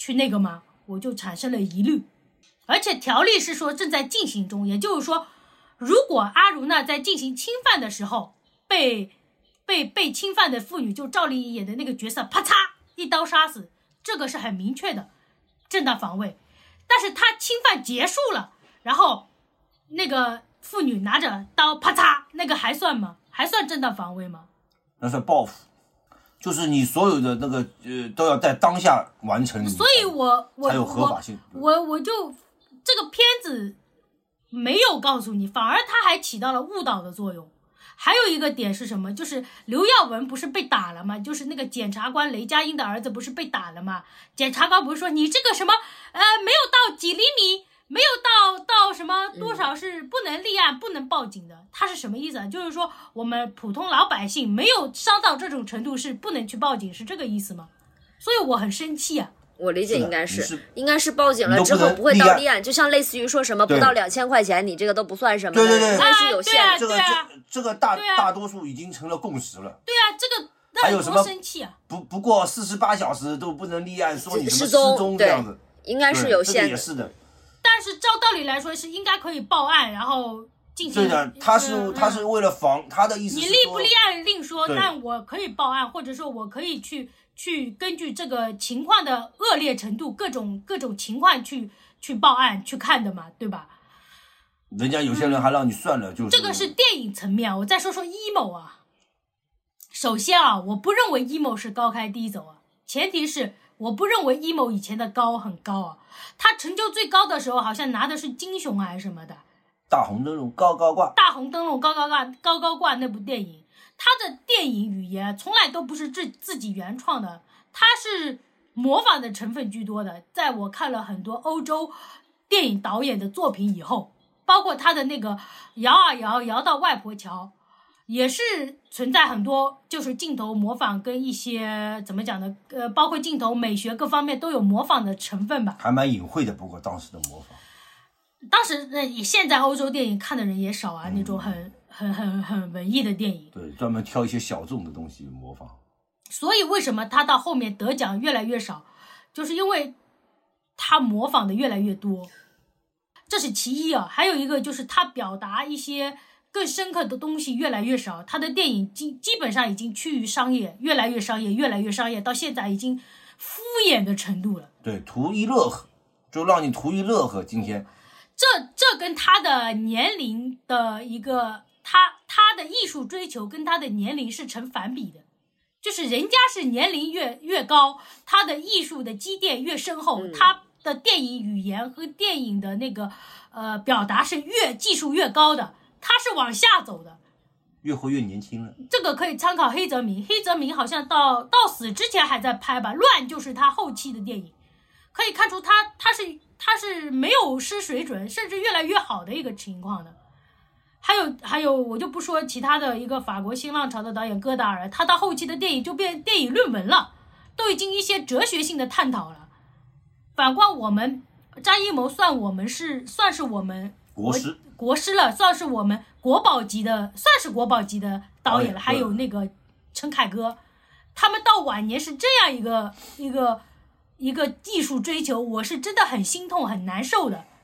那个吗？我就产生了疑虑。而且条例是说正在进行中，也就是说，如果阿如那在进行侵犯的时候被侵犯的妇女，就赵丽颖演的那个角色，啪嚓一刀杀死，这个是很明确的正当防卫。但是他侵犯结束了，然后那个妇女拿着刀啪嚓，那个还算吗？还算正当防卫吗？ 那算报复，就是你所有的那个都要在当下完成， 所以我才有合法性。 我就这个片子没有告诉你，反而它还起到了误导的作用。还有一个点是什么？就是刘耀文不是被打了吗？就是那个检察官雷佳音的儿子不是被打了吗？检察官不是说你这个什么没有到几厘米，没有到什么多少是不能立案、不能报警的。他是什么意思啊？就是说我们普通老百姓没有伤到这种程度是不能去报警，是这个意思吗？所以我很生气啊。 我理解应该是报警了之后不会到立案，就像类似于说什么不到2000块钱你这个都不算什么的， 对， 应该是有限的。 这个大多数已经成了共识了。 对啊，这个还有什么生气啊？ 不过48小时都不能立案，说你什么失踪这样子， 应该是有限的。 这个也是的。 但是照道理来说是应该可以报案，然后进行。 对的，他是为了防，他的意思是说你立不立案另说，但我可以报案，或者说我可以去根据这个情况的恶劣程度，各种情况去报案去看的嘛，对吧？ 人家有些人还让你算了，就是这个是电影层面。我再说说 emo 啊，首先啊，我不认为 emo 是高开低走啊，前提是我不认为 emo 以前的高很高啊，他成就最高的时候好像拿的是金熊还是什么的， 大红灯笼高高挂， 大红灯笼高高挂那部电影。他的电影语言从来都不是自己原创的，他是模仿的成分居多的。在我看了很多欧洲电影导演的作品以后，包括他的那个摇啊摇摇到外婆桥，也是存在很多就是镜头模仿跟一些怎么讲呢？包括镜头美学各方面都有模仿的成分吧。 还蛮隐晦的，不过当时的模仿。 当时现在欧洲电影看的人也少啊，那种很文艺的电影， 对，专门挑一些小众的东西模仿。 所以为什么他到后面得奖越来越少，就是因为他模仿的越来越多，这是其一啊。还有一个就是他表达一些更深刻的东西越来越少，他的电影基本上已经趋于商业，越来越商业，到现在已经敷衍的程度了。 对，图一乐呵，就让你图一乐呵。今天这跟他的年龄的一个他的艺术追求跟他的年龄是成反比的，就是人家是年龄越高，他的艺术的积淀越深厚，他的电影语言和电影的那个表达是技术越高的，他是往下走的， 越活越年轻了。 这个可以参考黑泽明好像到死之前还在拍吧，乱就是他后期的电影，可以看出他是没有失水准，甚至越来越好的一个情况的。还有，我就不说其他的一个法国新浪潮的导演戈达尔，他到后期的电影就变电影论文了，都已经一些哲学性的探讨了。反观我们张艺谋算是我们国师了，算是我们国宝级的导演了。还有那个陈凯歌，他们到晚年是这样一个艺术追求，我是真的很心痛很难受的。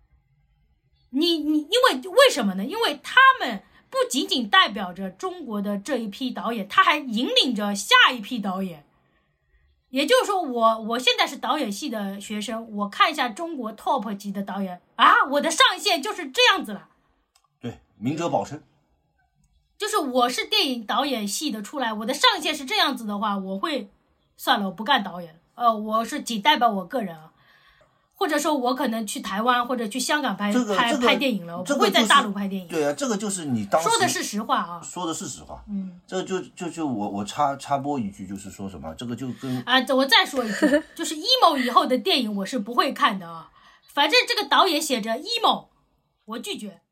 为什么呢？因为他们不仅仅代表着中国的这一批导演，他还引领着下一批导演。也就是说我现在是导演系的学生，我看一下中国 top 级的导演啊，我的上限就是这样子了。 对，明哲保身。 就是我是电影导演系的出来，我的上限是这样子的话，我会算了，我不干导演了。我是仅代表我个人啊。或者说我可能去台湾或者去香港拍电影了，我不会在大陆拍电影。 对啊，这个就是你当时说的是实话啊。 说的是实话。这就我插播一句，就是说什么，这个就跟我再说一句，就是 emo 以后的电影我是不会看的啊。反正这个导演写着 emo， 我拒绝。